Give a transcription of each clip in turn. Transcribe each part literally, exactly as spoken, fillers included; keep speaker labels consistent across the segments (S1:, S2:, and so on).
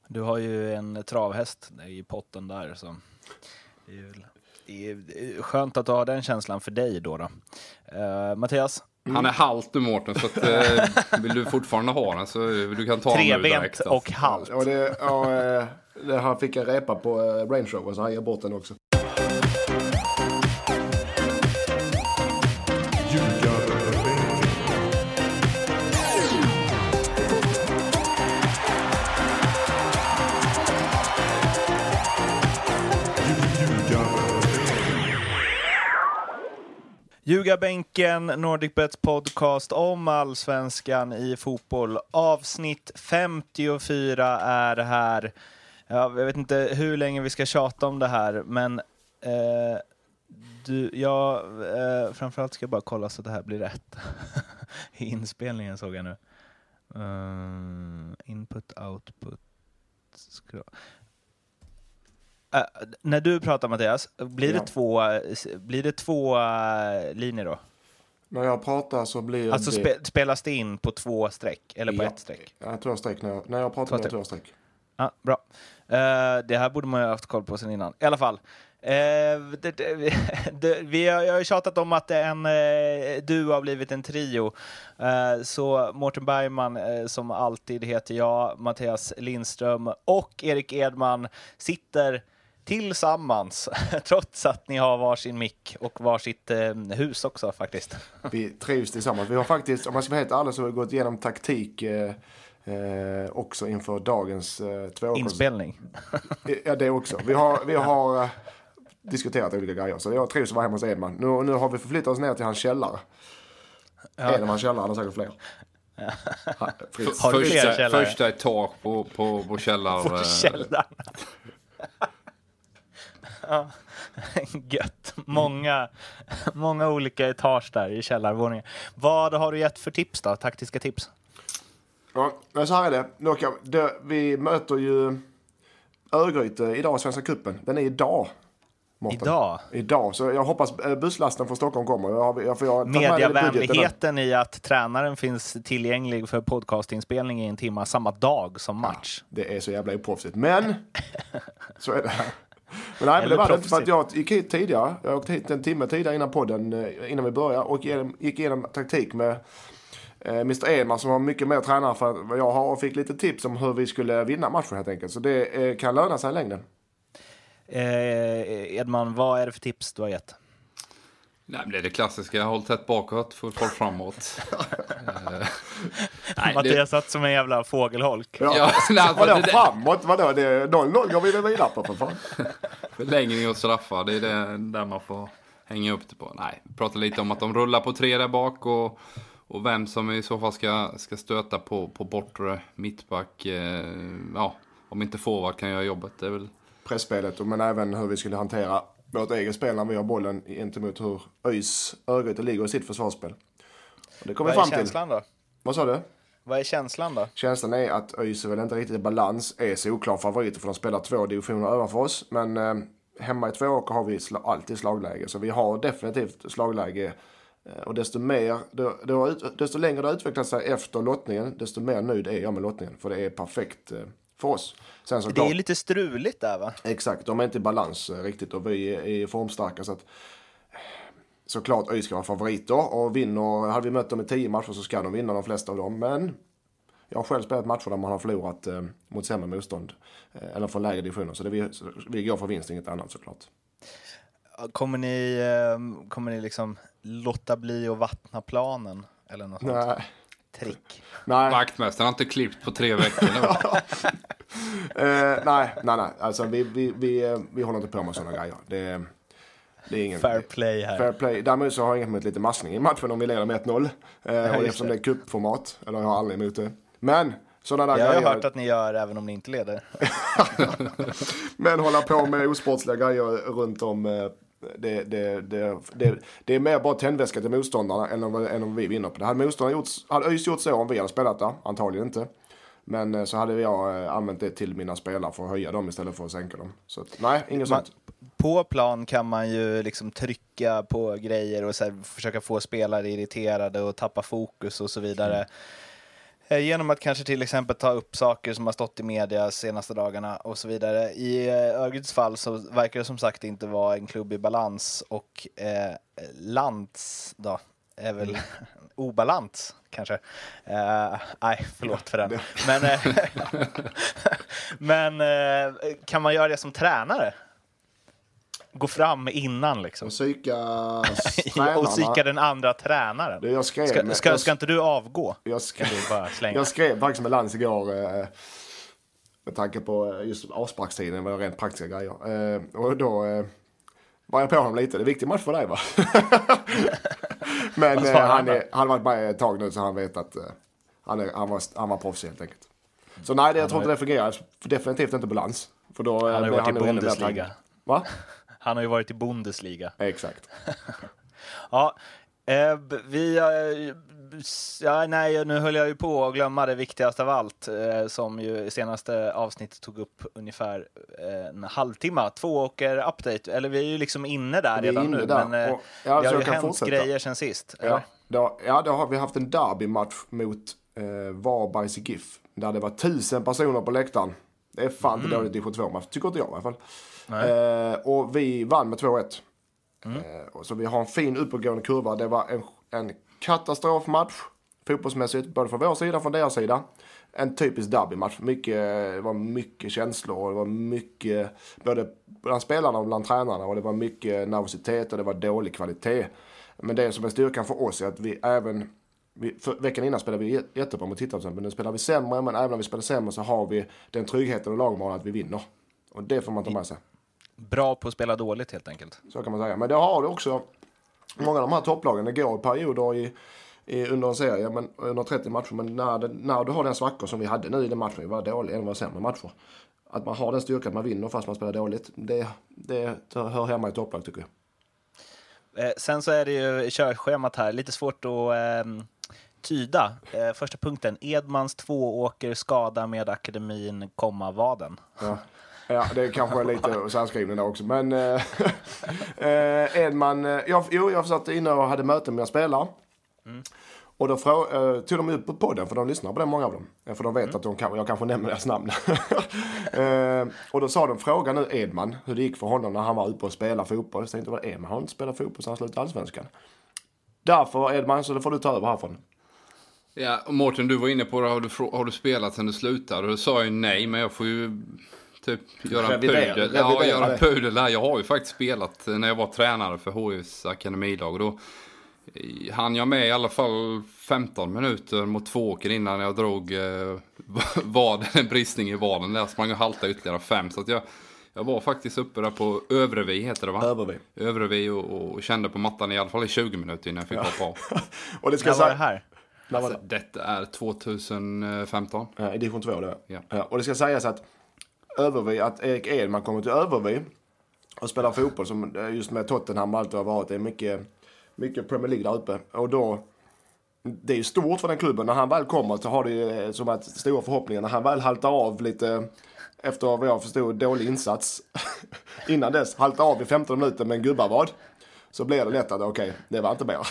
S1: Du har ju en travhäst i potten där, så det är ju det är skönt att du har den känslan för dig då. då. Uh, Mattias?
S2: Mm. Han är halt nu, Mårten, så att, uh, vill du fortfarande ha den så du kan ta den nu direkt.
S1: Trebent och halt.
S3: Ja, det, ja, det, han fick en repa på uh, Range Rover, så han ger bort den också.
S1: Ljugarbänken, NordicBets podcast om allsvenskan i fotboll. Avsnitt femtiofyra är här. Jag vet inte hur länge vi ska tjata om det här, men eh, du, jag, eh, framförallt ska jag bara kolla så att det här blir rätt. I inspelningen såg jag nu. Uh, input, output. Ska... Uh, när du pratar, Mattias, blir det ja. två blir det två uh, linjer då?
S3: När jag pratar så blir
S1: alltså
S3: det...
S1: Spe- spelas det in på två streck eller på
S3: ja.
S1: ett streck?
S3: Ja, två streck. När jag, när jag pratar med två streck.
S1: Ja, bra. Uh, det här borde man ju ha haft koll på sen innan. I alla fall. Uh, det, det, det, vi har, jag har tjatat om att en uh, duo har blivit en trio. Uh, så Mårten Bergman, uh, som alltid heter jag, Mattias Lindström och Erik Edman sitter tillsammans, trots att ni har varsin mick och varsitt eh, hus också faktiskt.
S3: Vi trivs tillsammans. Vi har faktiskt, om man ska vara helt ärlig, så har vi gått igenom taktik eh, eh, också inför dagens eh, två
S1: inspelning.
S3: Ja, det också. Vi har, vi har eh, diskuterat olika grejer, så jag trivs att vara hemma hos Edman. Nu, nu har vi förflyttat oss ner till hans källare. Ja. Edmans källare, han har säkert fler.
S2: Ja. Ha, har du första, fler källare? Första etage på, på, på källaren.
S1: På källaren. Ja, gött. Många, många olika etage där i källarvåningen. Vad har du gett för tips då? Taktiska tips?
S3: Ja, men så här är det. Loka, det vi möter ju Örgryte idag i Svenska cupen. Den är idag. Mårten.
S1: Idag?
S3: Idag. Så jag hoppas busslasten från Stockholm kommer. Jag, jag, för jag
S1: mediavänligheten i att tränaren finns tillgänglig för podcastinspelning i en timme samma dag som match.
S3: Ja, det är så jävla oproffsigt. Men så är det. Men nej, men det var det inte för att jag gick hit tidigare. Jag åkte hit en timme tidigare innan podden, innan vi började, och gick igenom taktik med eh, mister Edman, som har mycket mer tränare för vad jag har, och fick lite tips om hur vi skulle vinna matchen helt enkelt. Så det eh, kan löna sig i längden.
S1: Eh, Edman, vad är det för tips du har gett?
S2: Nej, det är det klassiska. Håll tätt bakåt, full fart framåt.
S1: Nej, Mattias satt som en jävla fågelholk.
S3: Ja, ja, nej, vadå det, framåt? Vadå? Det är noll noll går vi väl vidare på, för fan.
S2: Förlängning och straffar, det är det där man får hänga upp det på. Nej, vi pratar lite om att de rullar på tre där bak, och, och vem som i så fall ska, ska stöta på, på bortre mittback. Eh, ja, om inte forward kan göra jobbet. Det är väl
S3: pressspelet, men även hur vi skulle hantera vårt eget spel när vi har bollen gentemot hur ÖIS Örgryte ligger i sitt försvarsspel. Och det kommer
S1: Vad är
S3: fram till.
S1: känslan då?
S3: Vad sa du?
S1: Vad är känslan då?
S3: Känslan är att ÖIS är väl inte riktigt i balans, är så oklar favoriter för de spelar två divisioner ovanför oss, men eh, hemma i två åker har vi sl- alltid slagläge, så vi har definitivt slagläge, eh, och desto mer det, det har ut, desto längre det har utvecklat sig efter lottningen, desto mer nöjd är jag med lottningen, för det är perfekt eh, för oss. Sen så
S1: det
S3: klart,
S1: är lite struligt där, va?
S3: Exakt, de är inte i balans eh, riktigt, och vi är, är formstarka, så att såklart ÖIS ska vara favoriter, och vinner, hade vi mött dem i tio matcher så ska de vinna de flesta av dem, men jag har själv spelat matcher där man har förlorat eh, mot sämre motstånd, eh, eller från lägre divisioner, så, det vi, så vi går för vinst, inget annat såklart.
S1: Kommer ni, eh, kommer ni liksom låta bli att vattna planen eller något
S3: Nej.
S1: sånt? Trick.
S3: Nej.
S2: Vaktmästaren har inte klippt på tre veckor nu.
S3: eh, nej, nej, nej. Alltså vi, vi, vi, vi håller inte på med sådana grejer. Det, det är ingen
S1: fair play här.
S3: Fair play. Däremot så har jag inget med lite maskning i matchen om vi leder med ett noll. Eh, ja, och eftersom det är cupformat, eller jag har aldrig emot det. Men sådana där
S1: jag
S3: grejer.
S1: har hört att ni gör även om ni inte leder.
S3: Men hålla på med osportsliga grejer runt om. Eh, Det, det, det, det, det är mer bara tändväska till motståndarna än om, än om vi vinner på det. Hade motståndarna gjort, hade ÖIS gjort så om vi hade spelat där? Antagligen inte. Men så hade jag använt det till mina spelare för att höja dem istället för att sänka dem. Så att, nej, inget
S1: man,
S3: sånt.
S1: På plan kan man ju liksom trycka på grejer och så här, försöka få spelare irriterade och tappa fokus och så vidare. Genom att kanske till exempel ta upp saker som har stått i media senaste dagarna och så vidare. I Örgrytes fall så verkar det som sagt inte vara en klubb i balans, och eh, Lands då är väl mm. obalans kanske. Uh, nej, förlåt för den. Men, men uh, kan man göra det som tränare? Gå fram innan liksom.
S3: Och psyka
S1: och psyka den andra tränaren.
S3: Det jag skrev
S1: ska,
S3: med,
S1: ska,
S3: jag,
S1: ska inte du avgå?
S3: Jag skrev,
S1: bara slänga.
S3: jag skrev faktiskt med Lands igår eh, med tanke på just avsparkstiden, var rent praktiska grejer. Eh, och då eh, var jag på honom lite. Det är viktig match för dig, va? Men eh, han, är, han har varit med ett tag nu, så han vet att eh, han, är, han, var, han var proffs helt enkelt. Så nej, det, jag tror inte det fungerar. Definitivt inte balans. För då,
S1: han har ju varit i Bundesliga.
S3: Va?
S1: Han har ju varit i Bundesliga.
S3: Exakt.
S1: Ja, eh, vi... Eh, ja, nej, nu höll jag ju på att glömma det viktigaste av allt, eh, som ju i senaste avsnittet tog upp ungefär eh, en halvtimme. Tvååker-update. Eller vi är ju liksom inne där
S3: vi
S1: redan
S3: inne
S1: nu.
S3: Där.
S1: Men eh,
S3: och, ja,
S1: det har ju hänt
S3: fortsätta.
S1: grejer sen sist.
S3: Ja, då, ja, då har vi haft en derbymatch mot eh, Varbergs GIF. Där det var tusen personer på läktaren. Det är fan inte mm. dåligt division två-match. Tycker inte jag i alla fall. Eh, och vi vann med två ett. Mm. Eh, så vi har en fin uppåtgående kurva. Det var en, en katastrofmatch fotbollsmässigt, både från vår sida och från deras sida. En typisk derbymatch. Mycket, det var mycket känslor och det var mycket, både bland spelarna och bland tränarna, och det var mycket nervositet och det var dålig kvalitet. Men det som är styrkan för oss är att vi även, vi, för veckan innan spelade vi jättebra mot tittarna, men nu spelar vi sämre, men även om vi spelar sämre så har vi den tryggheten och lagmålen att vi vinner. Och det får man ta med sig.
S1: Bra på att spela dåligt helt enkelt.
S3: Så kan man säga. Men det har du också många av de här topplagen. Det går i perioder i, i, under en serie, men under trettio matcher. Men när, det, när du har den svackor som vi hade nu i den matchen, vi var dåliga, en var sämre matcher. Att man har den styrkan att man vinner fast man spelar dåligt, det, det hör hemma i topplag tycker jag.
S1: Eh, sen så är det ju körschemat här, lite svårt att eh, tyda. Eh, första punkten, Edmans tvååker skada med akademin, komma vaden.
S3: Ja. Ja, det kanske är lite särskrivning där också. Men eh, eh, Edman, eh, jag, jo, jag satt inne och hade möten med mina spelare. Mm. Och då frå, eh, tog de ut på podden, för de lyssnar på den, många av dem. För de vet mm. att de kan, jag kanske nämner deras namn. eh, och då sa de, fråga nu Edman hur det gick för honom när han var uppe och spelade fotboll. Jag tänkte, vad Edman har inte spelat fotboll så han slutade allsvenskan. Därför Edman, så det får du ta över härifrån.
S2: Ja, och Mårten, du var inne på det, har du, har du spelat sen du slutade? Och du sa ju nej, men jag får ju typ göra en pudel. Ja, göra en pudel där. Jag har ju faktiskt spelat när jag var tränare för H U:s akademilag. Då hann jag med i alla fall femton minuter mot två åker innan jag drog eh, vaden, en bristning i vaden. Där sprang jag halta ytterligare fem. Så att jag, jag var faktiskt uppe där på Övrevi, heter det va?
S3: Övrevi.
S2: Övrevi och, och kände på mattan i alla fall i tjugo minuter innan jag fick hoppa av.
S3: Och det ska
S1: När var det här?
S2: Alltså, var det? Detta är tjugohundrafemton.
S3: Ja, i division två då.
S2: Ja.
S3: Ja, och det ska sägas att Övervi, att Erik Edman kommer till Övervi och spelar fotboll som just med Tottenham och allt det har varit. Det är mycket, mycket Premier League där uppe. Och då, det är ju stort för den klubben. När han väl kommer så har det ju som att stora förhoppningar. När han väl haltar av lite efter vad jag förstod dålig insats. Innan dess haltar av i femton minuter med en gubbavad. Så blev det lätt att okej, okay, det var inte mer.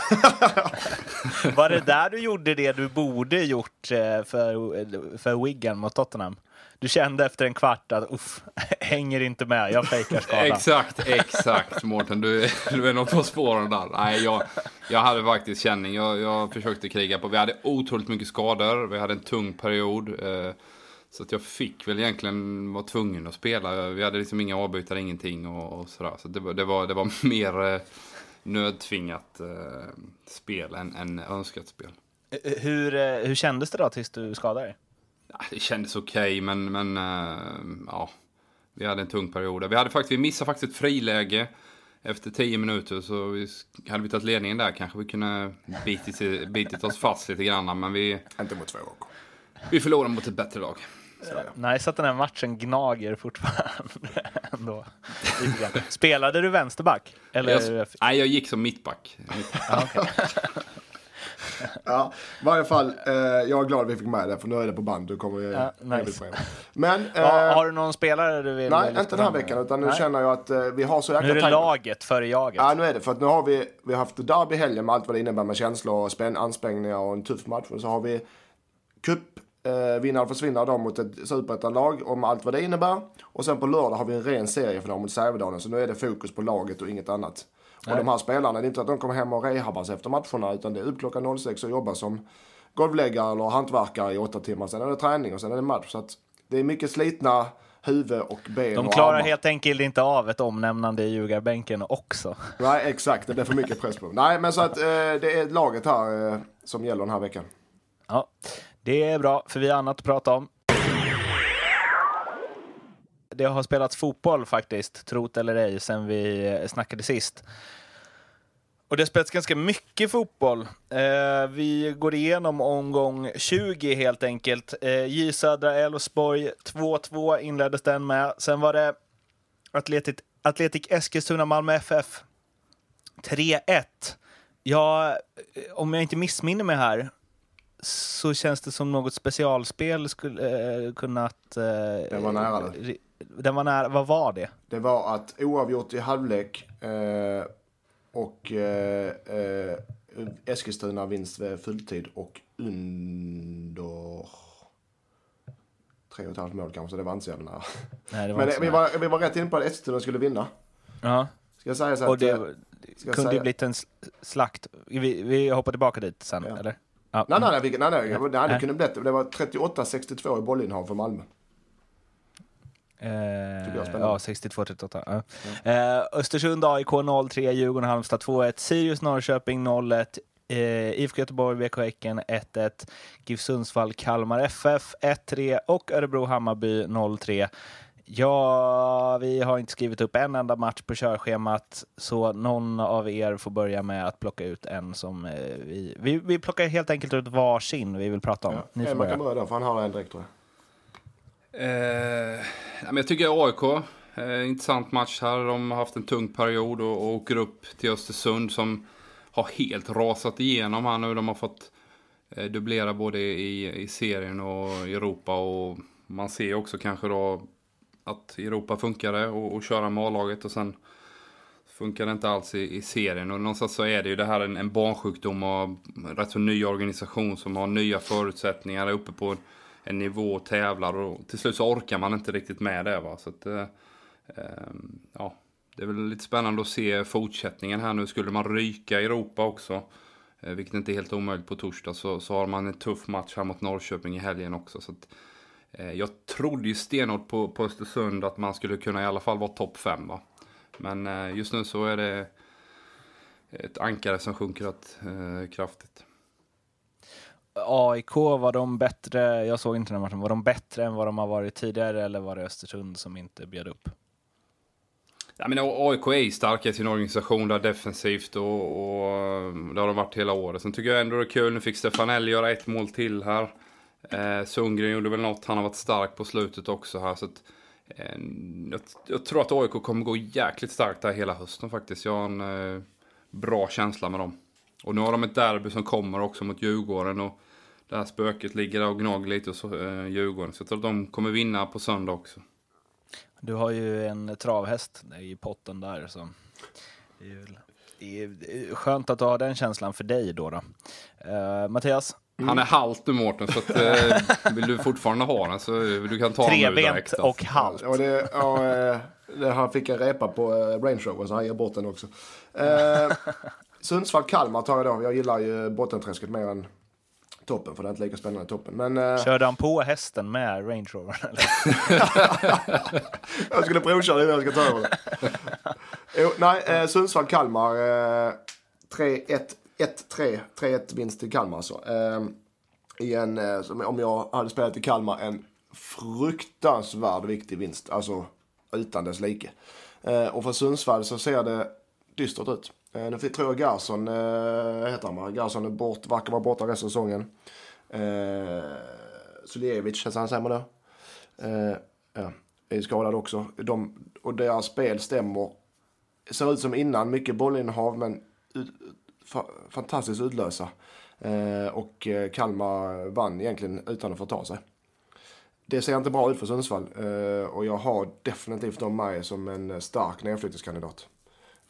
S1: Var det där du gjorde det du borde gjort för, för Wigan mot Tottenham? Du kände efter en kvart att uff, hänger inte med, jag fejkar skadan.
S2: Exakt, exakt Mårten, du, du är nog på spåren där. Nej, jag, jag hade faktiskt känning, jag, jag försökte kriga på. Vi hade otroligt mycket skador, vi hade en tung period. Eh, så att jag fick väl egentligen vara tvungen att spela. Vi hade liksom inga avbytare, ingenting och, och sådär. Så det, var, det, var, det var mer eh, nödtvingat eh, spel än, än önskat spel.
S1: Hur, hur kändes det då tills du skadade dig?
S2: Det kändes okej, okay, men, men äh, ja, vi hade en tung period. Vi, hade faktiskt, vi missade faktiskt ett friläge efter tio minuter, så vi, hade vi tagit ledningen där kanske vi kunde bitit, bitit oss fast lite grann, men vi...
S3: Inte mot två år.
S2: Vi förlorade mot ett bättre lag.
S1: Nej, så att den här matchen gnager fortfarande ändå. Spelade du vänsterback? Eller?
S2: Jag, nej, jag gick som mittback.
S1: Ah, okay.
S3: Ja, i varje fall, eh, jag är glad att vi fick med det, för nu är det på band. Du kommer
S1: ja, nice.
S3: Men, eh,
S1: ja, har du någon spelare du vill?
S3: Nej, inte den här veckan, utan nu nej. känner jag att eh, vi har så jäkla...
S1: Nu är det tank- laget före jaget.
S3: Ja, nu är det, för att nu har vi, vi har haft derby helgen med allt vad det innebär med känslor och spänn, anspänningar och en tuff match. Och så har vi cup. Eh, vinna eller försvinna då mot ett superettan-lag om allt vad det innebär. Och sen på lördag har vi en ren seriefinal mot Sävedalen. Så nu är det fokus på laget och inget annat. Nej. Och de här spelarna, det är inte att de kommer hem och rehabas efter matcherna. Utan det är upp klockan noll sex och jobbar som golvläggare eller hantverkare i åtta timmar. Sen är det träning och sen är det match. Så att det är mycket slitna huvud och ben.
S1: De
S3: och
S1: klarar
S3: armar.
S1: helt enkelt inte av ett omnämnande i ljugarbänken också.
S3: Nej, exakt. Det blir för mycket press på. Nej, men så att eh, det är laget här eh, som gäller den här veckan.
S1: Ja, det är bra, för vi har annat att prata om. Det har spelats fotboll faktiskt, trot eller ej, sen vi snackade sist. Och det har spelats ganska mycket fotboll. Eh, vi går igenom omgång tjugo helt enkelt. Eh, J Södra Elfsborg två två inleddes den med. Sen var det Atletic, Atletic Eskilstuna Malmö F F tre ett. Ja, om jag inte missminner mig här så känns det som något specialspel skulle eh, kunnat... Eh,
S3: Den var nära det.
S1: Den var nära. Vad var det?
S3: Det var att oavgjort i halvlek eh, och eh, eh, Eskilstuna vinst vid fulltid och under tre och ett halvt mål kanske, så det var inte så jävla nära.
S1: Nej, det var
S3: Men
S1: inte
S3: vi,
S1: så
S3: var, vi var rätt in på att Eskilstuna skulle vinna.
S1: Ja.
S3: Ska jag säga så att...
S1: Och det
S3: ska
S1: kunde ju
S3: säga...
S1: blivit en slakt. Vi, vi hoppar tillbaka dit sen,
S3: Ja.
S1: eller? Ja.
S3: Nej, nej, nej, nej, nej, nej, nej, det
S1: Nej.
S3: kunde blivit. Det var trettioåtta sextiotvå i bollinnehav för Malmö.
S1: Eh,
S3: jag spännande.
S1: ja, sextiotvå trettioåtta. Ja. Ja. Eh, Östersund A I K noll tre, Djurgården Halmstad två ett, Sirius Norrköping noll ett, eh, I F K Göteborg V K Häcken ett ett, GIF Sundsvall Kalmar F F ett tre och Örebro Hammarby noll tre. Ja, vi har inte skrivit upp en enda match på körschemat, så någon av er får börja med att plocka ut en som eh, vi, vi... Vi plockar helt enkelt ut varsin vi vill prata om.
S3: Ja.
S1: Ni får
S3: Man
S1: börja.
S3: kan börja där, för han har en direkt, tror jag.
S2: Eh, men jag tycker A I K, eh, intressant match här. De har haft en tung period och, och åker upp till Östersund som har helt rasat igenom här nu. De har fått eh, dubblera både i, i serien och i Europa, och man ser också kanske då att Europa funkade och, och köra med A-laget, och sen funkar det inte alls i, i serien. Och någonstans så är det ju det här en, en barnsjukdom och rätt så ny organisation som har nya förutsättningar, är uppe på en, en nivå och tävlar, och till slut så orkar man inte riktigt med det, va? Så att, eh, eh, ja, det är väl lite spännande att se fortsättningen här nu. Skulle man ryka i Europa också, eh, vilket inte är helt omöjligt på torsdag, så, så har man en tuff match här mot Norrköping i helgen också. Så att, eh, jag trodde ju stenhårt på, på Östersund att man skulle kunna i alla fall vara topp fem, va? Men eh, just nu så är det ett ankare som sjunker rätt eh, kraftigt.
S1: A I K, var de bättre, jag såg inte den matchen, var de bättre än vad de har varit tidigare, eller var det Östersund som inte bjöd upp?
S2: Ja, men A I K är starka i sin organisation där defensivt, och, och det har de varit hela året. Sen tycker jag ändå det är kul, nu fick Stefanelli göra ett mål till här. Eh, Sundgren gjorde väl något, han har varit stark på slutet också här, så att eh, jag, jag tror att A I K kommer gå jäkligt starkt där hela hösten faktiskt. Jag har en eh, bra känsla med dem. Och nu har de ett derby som kommer också mot Djurgården, och det här spöket ligger där och gnager lite hos eh, Djurgården. Så jag tror att de kommer vinna på söndag också. Du
S1: har ju en travhäst i potten där, så det är, väl, det är skönt att ha den känslan för dig då. då. Uh, Mattias?
S2: Mm. Han är halt nu, Mårten, så att, eh, vill du fortfarande ha den så du kan ta den nu direkt.
S1: Trebent och halt.
S3: Ja, det, ja, eh, det, han fick en repa på eh, Range Rover, så han ger bort den också. Eh, Sundsvall Kalmar tar jag då. Jag gillar ju bottenträsket mer än toppen, för det är inte lika spännande toppen. Men, eh...
S1: körde han på hästen med Range Rover?
S3: jag skulle provköra det, jag ska ta över det. Jo, nej, eh, Sundsvall Kalmar eh, tre ett ett tre, tre ett vinst till Kalmar alltså. Eh, i en, eh, som, om jag hade spelat i Kalmar, en fruktansvärd viktig vinst, alltså utan dess like. Eh, och för Sundsvall så ser det dystert ut. Eh, nu tror jag Garsson eh, heter han, va? Garsson är bort, verkar vara borta resten av säsongen. Eh, Suljevic, så han säger man det. Eh, ja, är skadad också. De, och deras spel stämmer. Ser ut som innan, mycket bollinnehav, men ut, fa, fantastiskt utlösa. Eh, och Kalmar vann egentligen utan att få ta sig. Det ser inte bra ut för Sundsvall. Eh, och jag har definitivt dem med som en stark nedflyttningskandidat.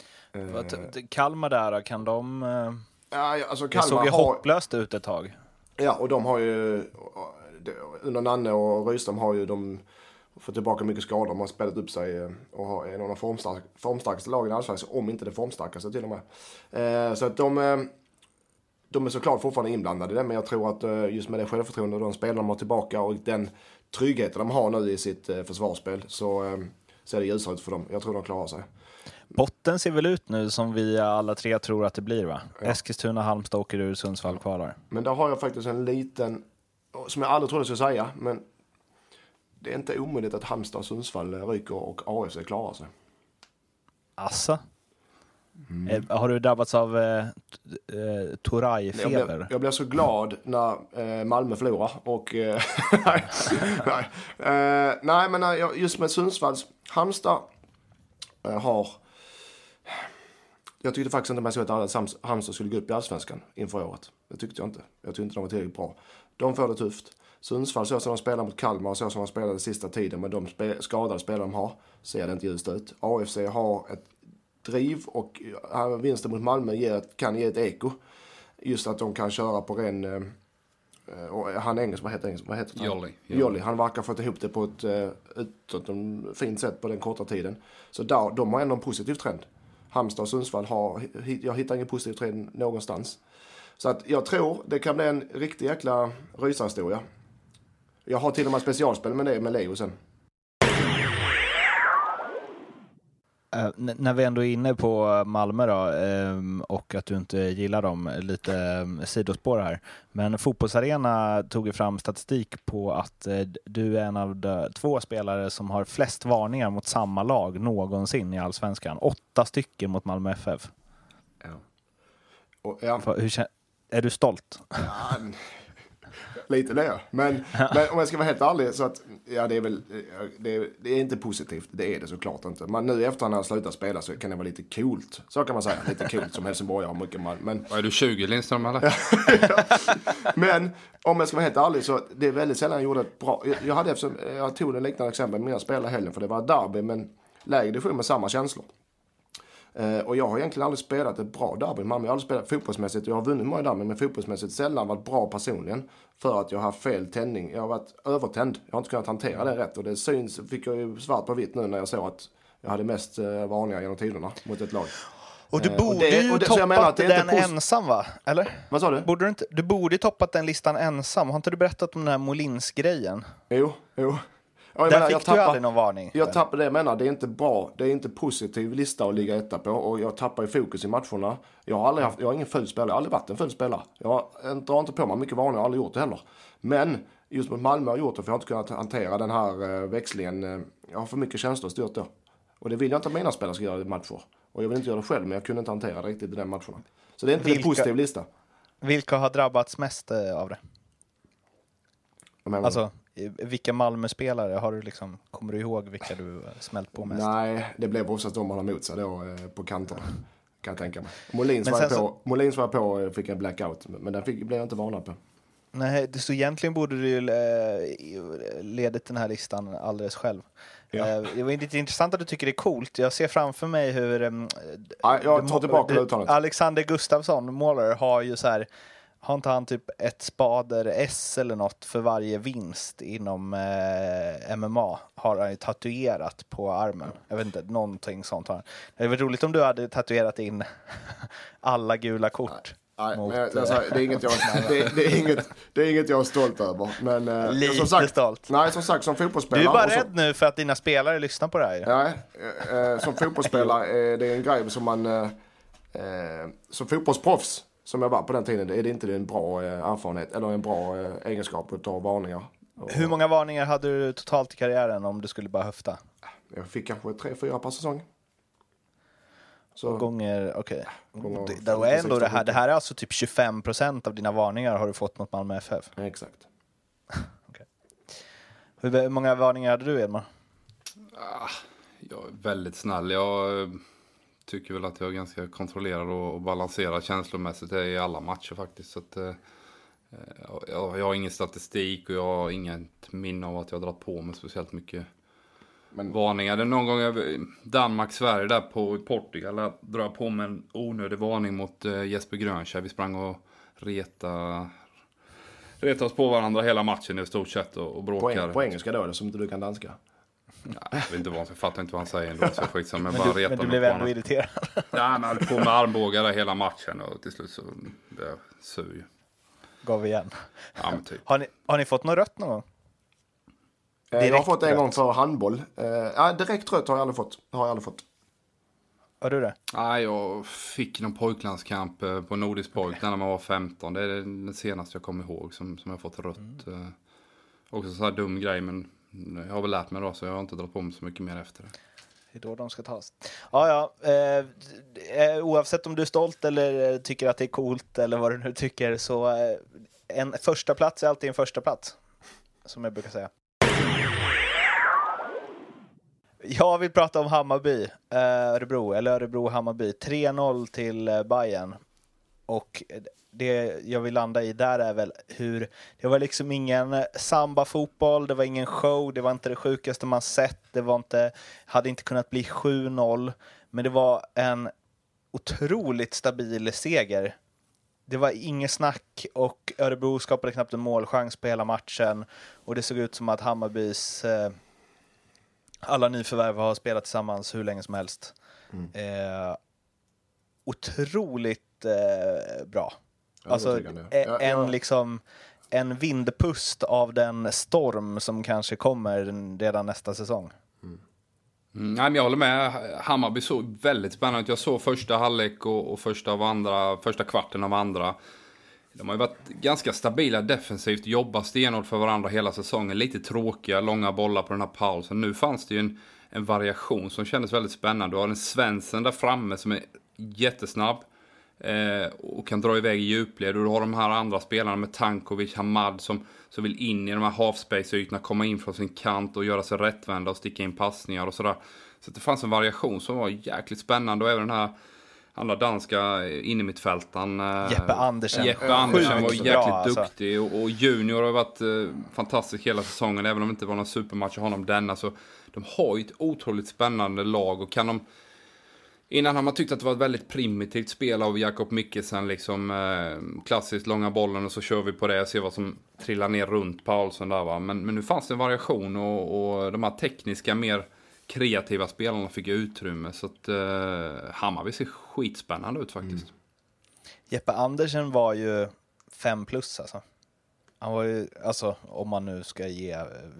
S1: Eh, Kalmar där, kan de... Eh...
S3: Ja, alltså Kalmar
S1: det såg ju
S3: har...
S1: hopplöst ut ett tag.
S3: Ja, och de har ju, under Nanne och Rydström har ju de fått tillbaka mycket skador. De har spelat upp sig och har en av de formstark, formstarkaste lagen i Allsvenskan, om inte det formstarkaste till och med. Eh, så att de, de är såklart fortfarande inblandade i det, men jag tror att just med det självförtroende de spelarna har tillbaka och den tryggheten de har nu i sitt försvarsspel, så ser det ljusare ut för dem. Jag tror de klarar sig.
S1: Botten ser väl ut nu som vi alla tre tror att det blir, va? Ja. Eskilstuna, Halmstad åker ur, Sundsvall kvalar.
S3: Men där har jag faktiskt en liten, som jag aldrig trodde jag skulle säga, men det är inte omöjligt att Halmstad och Sundsvall ryker och A F C klarar sig.
S1: Asså? Mm. Har du drabbats av eh, eh, Toraj-feber?
S3: Jag blev, jag blev så glad när eh, Malmö förlorar. Och, eh, nej, nej. Eh, nej, men just med Sundsvalls, Halmstad eh, har... Jag tyckte faktiskt inte man såg att Halmstad skulle gå upp i Allsvenskan inför året. Det tyckte jag inte. Jag tyckte inte de var tillräckligt bra. De får det tufft. Sundsvall, så som de spelar mot Kalmar och så som de spelade sista tiden, med de spe- skadade spelare de har, ser det inte ljust ut. A F C har ett driv och vinsten mot Malmö ger, kan ge ett eko. Just att de kan köra på ren... Eh, och han är engelsk, vad heter engelsk? Vad heter han?
S2: Jolly.
S3: Jolly. Han verkar fått ihop det på ett eh, utåt, ett fint sätt på den korta tiden. Så där, de har ändå en positiv trend. Halmstad och Sundsvall har... Jag hittar ingen positiv trend någonstans. Så att jag tror det kan bli en riktig jäkla rysarhistoria. Jag har till och med specialspel med det med Leo sen.
S1: Uh, n- när vi ändå är inne på Malmö då, um, och att du inte gillar dem, lite um, sidospår här. Men Fotbollsarena tog ju fram statistik på att uh, du är en av de två spelare som har flest varningar mot samma lag någonsin i Allsvenskan. Åtta stycken mot Malmö F F.
S3: Ja. Och, ja.
S1: För, hur kän- är du stolt?
S3: Ja, lite det. Men, men om jag ska vara helt ärlig, så att ja, det är väl det är, det är inte positivt. Det är det såklart inte. Men nu efter när jag slutar spela så kan det vara lite coolt. Så kan man säga. Lite coolt som Helsingborg har mycket man. Men
S2: är du tjugo Lindström eller?
S3: Men om jag ska vara helt ärlig, så det är väldigt sällan jag gjorde ett bra. Jag, jag hade eftersom jag tog en liknande exempel med mina spelare helgen, för det var derby, men lägre division med samma känslor. Uh, och jag har egentligen aldrig spelat ett bra derby. Man har aldrig spelat fotbollsmässigt. Jag har vunnit många derby, men fotbollsmässigt sällan varit bra personligen. För att jag har haft fel tändning. Jag har varit övertänd. Jag har inte kunnat hantera det rätt. Och det syns, fick jag ju svart på vitt nu när jag såg att jag hade mest uh, varningar genom tiderna mot ett lag.
S1: Och du
S3: Uh,
S1: borde
S3: och det,
S1: ju
S3: och det,
S1: toppat den
S3: pos-
S1: ensam, va? Eller?
S3: Vad sa du?
S1: Borde du, inte, du borde ju toppat den listan ensam. Har inte du berättat om den här Molins-grejen?
S3: Jo, jo. Ja,
S1: Där
S3: menar,
S1: fick
S3: jag
S1: du
S3: tappar,
S1: aldrig någon varning.
S3: Jag tappar det, jag menar, det är inte bra. Det är inte positiv lista att ligga etta på. Och jag tappar ju fokus i matcherna. Jag har aldrig haft, jag har ingen full spelare. Jag har aldrig varit en full spelare. Jag drar inte på mig mycket varningar. Jag har aldrig gjort det heller. Men just mot Malmö har jag gjort det, för jag har inte kunnat hantera den här uh, växlingen. Jag har för mycket känslor styrt då. Och det vill jag inte att mina spelare ska göra i matcher. Och jag vill inte göra det själv, men jag kunde inte hantera det riktigt i den matcherna. Så det är inte vilka, en positiv lista.
S1: Vilka har drabbats mest uh, av det? Alltså, vilka Malmö-spelare har du liksom, kommer du ihåg vilka du smält på mest?
S3: Nej, det blev oftast de man har mot sig då eh, på kanterna, kan jag tänka mig. Molins var, så... på, Molins var på och fick en blackout, men den fick, blev jag inte varnad på.
S1: Nej, så egentligen borde du ju eh, ledigt den här listan alldeles själv. Ja. Eh, det var inte intressant att du tycker det är coolt. Jag ser framför mig hur eh,
S3: ja, jag tar tillbaka uttalet.
S1: Alexander Gustafsson, målare, har ju så här. Har inte han typ ett spader S eller något för varje vinst inom eh, M M A? Har han ju tatuerat på armen. Jag vet inte, någonting sånt har han. Det var roligt om du hade tatuerat in alla gula kort.
S3: Nej, mot, men jag, jag, det, är inget jag, det, det, är inget, det är inget jag är stolt över. Men, eh,
S1: lite
S3: som sagt,
S1: stolt.
S3: Nej, som sagt, som fotbollsspelare...
S1: Du är bara
S3: så,
S1: rädd nu för att dina spelare lyssnar på det här.
S3: Nej, eh, som fotbollsspelare är det en grej som man... Eh, som fotbollsproffs, som jag var på den tiden, är det inte en bra eh, erfarenhet eller en bra eh, egenskap att ta varningar. Och,
S1: hur många varningar hade du totalt i karriären om du skulle bara höfta?
S3: Jag fick kanske tre, fyra per säsong.
S1: Så gånger, okej. Okay. Det, det, är ändå det här, det här är alltså typ tjugofem procent av dina varningar har du fått mot Malmö F F.
S3: Ja, exakt.
S1: Okay. Hur många varningar hade du, Edmar?
S2: Ah, jag är väldigt snäll. Jag tycker väl att jag är ganska kontrollerad och, och balanserad känslomässigt i alla matcher faktiskt. Så att, eh, jag, jag har ingen statistik och jag har inget minne av att jag har dragit på mig speciellt mycket. Men varningar. Det är någon gång jag, Danmark-Sverige där på Portugal, jag drar på med en onödig varning mot uh, Jesper Grönskär. Vi sprang och reta retar oss på varandra hela matchen i stort sett och, och bråkar.
S3: På, på engelska då, eller som inte du kan danska?
S2: Ja, jag vet inte vad, jag fattar inte vad han säger ändå. Så skitsam, men,
S1: Men
S2: bara
S1: du,
S2: retar
S1: men du
S2: mig
S1: blev
S2: på
S1: ändå
S2: honom.
S1: irriterad.
S2: Ja, men på med armbågar där hela matchen och till slut så blev jag sur ju.
S1: Gav igen.
S2: Ja, men typ.
S1: Har ni, har ni fått något rött någon gång?
S3: Eh, jag har
S1: Direkt
S3: fått en
S1: rött.
S3: gång för handboll. Eh, ja, direkt rött har jag aldrig fått. Har jag aldrig fått.
S1: Har du det?
S2: Nej, jag fick någon pojklandskamp eh, på Nordisk pojk när man var femton. Det är den senaste jag kommer ihåg som, som jag fått rött. Mm. Också så här dum grej, men jag har väl lärt mig då så jag har inte dragit på mig så mycket mer efter det.
S1: Det är då de ska tas. Ja, ja. Eh, oavsett om du är stolt eller tycker att det är coolt eller vad du nu tycker, så eh, en första plats är alltid en första plats, som jag brukar säga. Jag vill prata om Hammarby, eh, Örebro, eller Örebro-Hammarby. tre noll till eh, Bayern. Och det jag vill landa i där är väl hur det var liksom ingen samba-fotboll, det var ingen show, det var inte det sjukaste man sett, det var inte, hade inte kunnat bli sju noll, men det var en otroligt stabil seger. Det var inget snack och Örebro skapade knappt en målchans på hela matchen och det såg ut som att Hammarbys eh, alla nyförvärv har spelat tillsammans hur länge som helst. Mm. Eh, otroligt eh, bra. Ja, alltså en, ja, ja. liksom en vindpust av den storm som kanske kommer redan nästa säsong.
S2: Mm. Mm, nej, men jag håller med. Hammarby såg väldigt spännande. Jag såg första halvlek och, och första av andra, första kvarten av andra. De har ju varit ganska stabila defensivt, jobbat stenhårt för varandra hela säsongen. Lite tråkiga, långa bollar på den här pausen. Nu fanns det ju en, en variation som kändes väldigt spännande. Du har en Svensson där framme som är jättesnabb eh, och kan dra iväg i djupled. Du har de här andra spelarna med Tankovic, Hamad som, som vill in i de här halfspace-ytorna, komma in från sin kant och göra sig rättvända och sticka in passningar och sådär. Så det fanns en variation som var jäkligt spännande och även den här andra danska innermittfältaren
S1: Jeppe Andersen.
S2: Jeppe Andersen var jäkligt
S1: bra,
S2: duktig alltså. och, och Junior har varit eh, fantastisk hela säsongen, även om det inte var någon supermatch av honom denna, så de har ju ett otroligt spännande lag och kan de innan har man tyckt att det var ett väldigt primitivt spel av Jakob Mikkelsen, liksom eh, klassiskt långa bollen och så kör vi på det och ser vad som trillar ner runt Paulsen där va, men, men nu fanns det en variation och, och de här tekniska mer kreativa spelarna fick utrymme, så att eh, Hammarby ser skitspännande ut faktiskt. Mm.
S1: Jeppe Andersen var ju fem plus alltså. Han var ju, alltså om man nu ska ge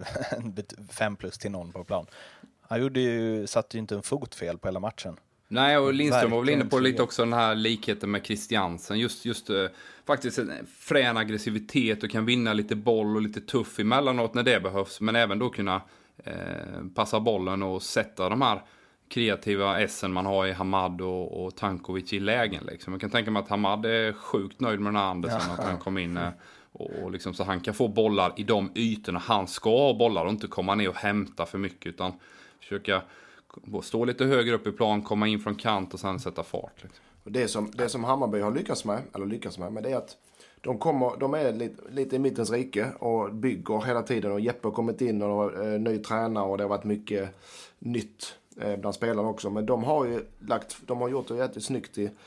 S1: fem plus till någon på plan. Han gjorde ju, satte ju inte en fot fel på hela matchen.
S2: Nej, och Lindström var väl inne på lite också den här likheten med Christiansen. Just, just uh, faktiskt en frän aggressivitet och kan vinna lite boll och lite tuff emellanåt när det behövs. Men även då kunna eh, passa bollen och sätta de här kreativa essen man har i Hamad och, och Tankovic i lägen. Liksom. Jag kan tänka mig att Hamad är sjukt nöjd med den här Andersen, ja. Att han kom in eh, och, och liksom, så han kan få bollar i de ytorna han ska ha bollar och inte komma ner och hämta för mycket utan försöka stå lite högre upp i plan, komma in från kant och sen sätta fart. Liksom.
S3: Och det, som, det som Hammarby har lyckats med, eller lyckats med, men det är att de, kommer, de är lite, lite i mittens rike och bygger hela tiden. Och Jeppe har kommit in och eh, ny tränare och det har varit mycket nytt eh, bland spelarna också. Men de har ju lagt, de har gjort det jättesnyggt i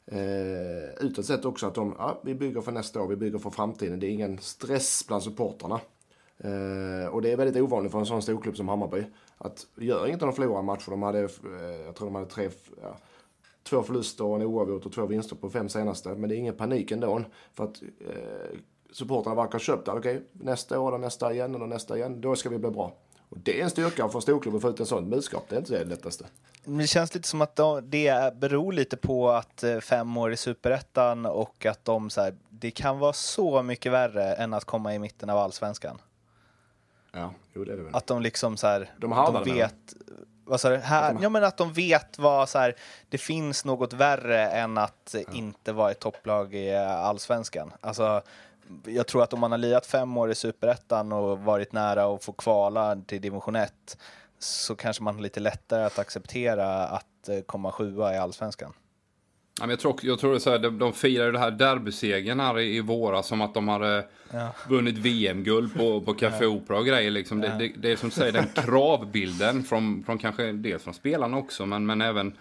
S3: eh, utåt sett också att de, ja, vi bygger för nästa år, vi bygger för framtiden. Det är ingen stress bland supporterna. Uh, och det är väldigt ovanligt för en sån stor klubb som Hammarby att gör inget om de förlorar matcher. De hade, uh, jag tror de hade tre, ja, två förluster och en oavgjort och två vinster på fem senaste. Men det är ingen panik ändå för att uh, supporterna verkar köpt. Okej, okay, nästa år och nästa igen och nästa igen, då ska vi bli bra. Och det är en styrka för storklubben att få ut en sån budskap. Det är inte det lättaste.
S1: Det känns lite som att de, det beror lite på att fem år i Superettan och att de så här, det kan vara så mycket värre än att komma i mitten av allsvenskan.
S3: Ja, jo, det är det väl.
S1: Att de liksom så här,
S3: de,
S1: de vet vad sa du? Här, de... ja, men att de vet vad så här, det finns något värre än att ja. inte vara ett topplag i allsvenskan. Alltså jag tror att om man har lirat fem år i Superettan och varit nära att få kvala till division ett så kanske man har lite lättare att acceptera att komma sjua i allsvenskan.
S2: Ja, men jag tror, jag tror det är så här, de, de firar det här derbysegen här i, i våras som att de hade ja. vunnit V M-guld på, på Café ja. Opera och grejer. Liksom. Ja. Det, det, det är som säger den kravbilden från, från kanske dels från spelarna också men, men även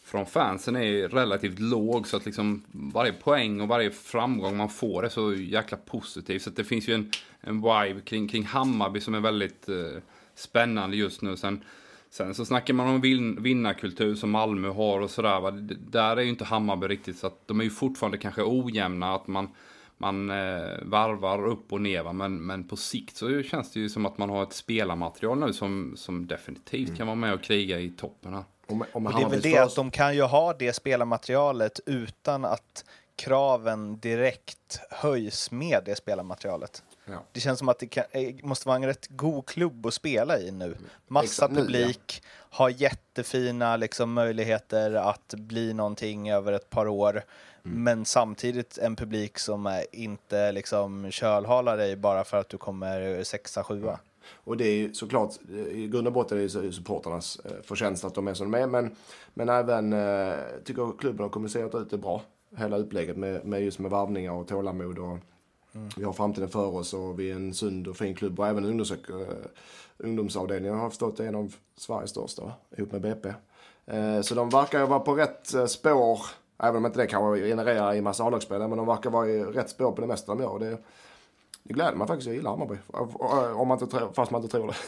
S2: från fansen är relativt låg, så att liksom varje poäng och varje framgång man får är så jäkla positiv. Så att det finns ju en, en vibe kring, kring Hammarby som är väldigt eh, spännande just nu. Sen, sen så snackar man om vin, vinnarkultur som Malmö har och sådär. Va? Det, där är ju inte Hammarby riktigt, så att de är ju fortfarande kanske ojämna, att man, man eh, varvar upp och ner. Va? Men, men på sikt så känns det ju som att man har ett spelarmaterial nu som, som definitivt mm. kan vara med och kriga i toppen här.
S1: Om, om och det är väl det att de kan ju ha det spelarmaterialet utan att kraven direkt höjs med det spelarmaterialet. Ja. Det känns som att det kan, måste vara en rätt god klubb att spela i nu. Massa Exakt, publik, ja. Har jättefina liksom, möjligheter att bli någonting över ett par år. Mm. Men samtidigt en publik som är inte liksom, kölhalar dig bara för att du kommer sexa, sjua. Ja.
S3: Och det är ju såklart, i grund och botten är det supporternas eh, förtjänst att de är som de är. Men, men även eh, tycker jag klubben har kommunicerat ut det bra. Hela upplägget med, med just med varvningar och tålamod. Och mm. vi har framtiden för oss och vi är en sund och fin klubb. Och även ungdoms, eh, ungdomsavdelningen har förstått det är en av Sveriges största, va? Ihop med B P. Eh, så de verkar vara på rätt eh, spår. Även om inte det kan generera i massa A-lagsspelare. Men de verkar vara i rätt spår på det mesta de gör. Det Det gläder man faktiskt, jag gillar Hammarby. Om man inte, fast man inte tror det.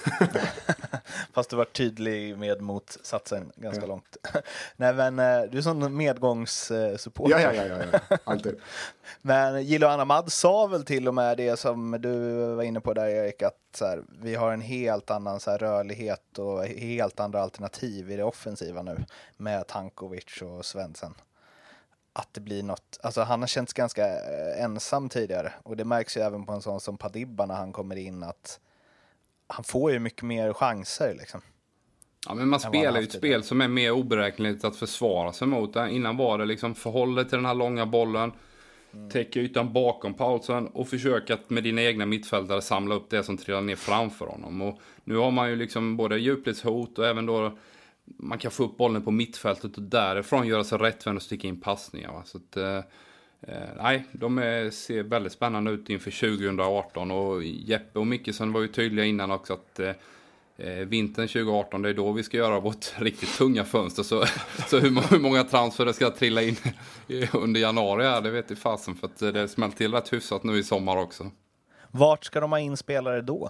S1: Fast du var tydlig med motsatsen ganska ja. långt. Nej, men du är sån medgångssupporter.
S3: Ja, ja, ja, ja, ja. Alltid.
S1: Men Gilo Anamad sa väl till och med det som du var inne på där, Erik, att så här, vi har en helt annan så här, rörlighet och helt andra alternativ i det offensiva nu med Tankovic och Svensson. Att det blir något, alltså han har känts ganska ensam tidigare och det märks ju även på en sån som Padibba när han kommer in att han får ju mycket mer chanser liksom.
S2: Ja, men man spelar ju ett spel som är mer oberäkneligt att försvara sig mot. Innan var det liksom förhålla till den här långa bollen, mm. täcka ytan bakom Paulsen och försöka att med dina egna mittfältare samla upp det som trillar ner framför honom. Och nu har man ju liksom både djupledshot och även då man kan få upp bollen på mittfältet och därifrån göra sig rättvänd och sticka in passningar. Va? Så att, eh, nej, de är, ser väldigt spännande ut inför tjugo arton och Jeppe och Mickelson var ju tydliga innan också att eh, vintern tjugo arton, det är då vi ska göra vårt riktigt tunga fönster. Så, så hur, hur många transfer ska trilla in under januari här, det vet jag fasen, för att det smält till rätt hyfsat nu i sommar också.
S1: Vart ska de ha in spelare då?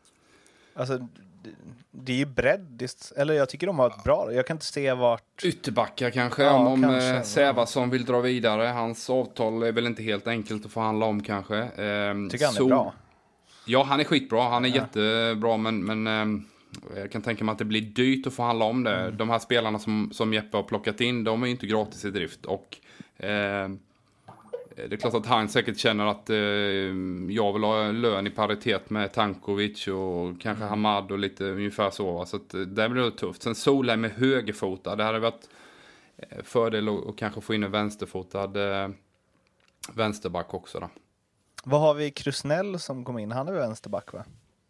S1: Alltså det är ju bredd, eller jag tycker de har ett bra, jag kan inte se vart...
S2: Ytterbackar kanske, ja, om kanske. Sävason vill dra vidare. Hans avtal är väl inte helt enkelt att förhandla om kanske. Ehm,
S1: tycker han så... är bra?
S2: Ja, han är skitbra, han är ja. jättebra, men, men ähm, jag kan tänka mig att det blir dyrt att förhandla om det. Mm. De här spelarna som, som Jeppe har plockat in, de är inte gratis i drift och... Ähm, det är klart att han säkert känner att eh, jag vill ha lön i paritet med Tankovic och kanske mm. Hamad och lite ungefär så. Va? Så att, det blir tufft. Sen Solheim med högerfotad. Det hade varit eh, fördel att och kanske få in en vänsterfotad eh, vänsterback också. Då.
S1: Vad har vi Krusnell som kom in? Han är vänsterback, va?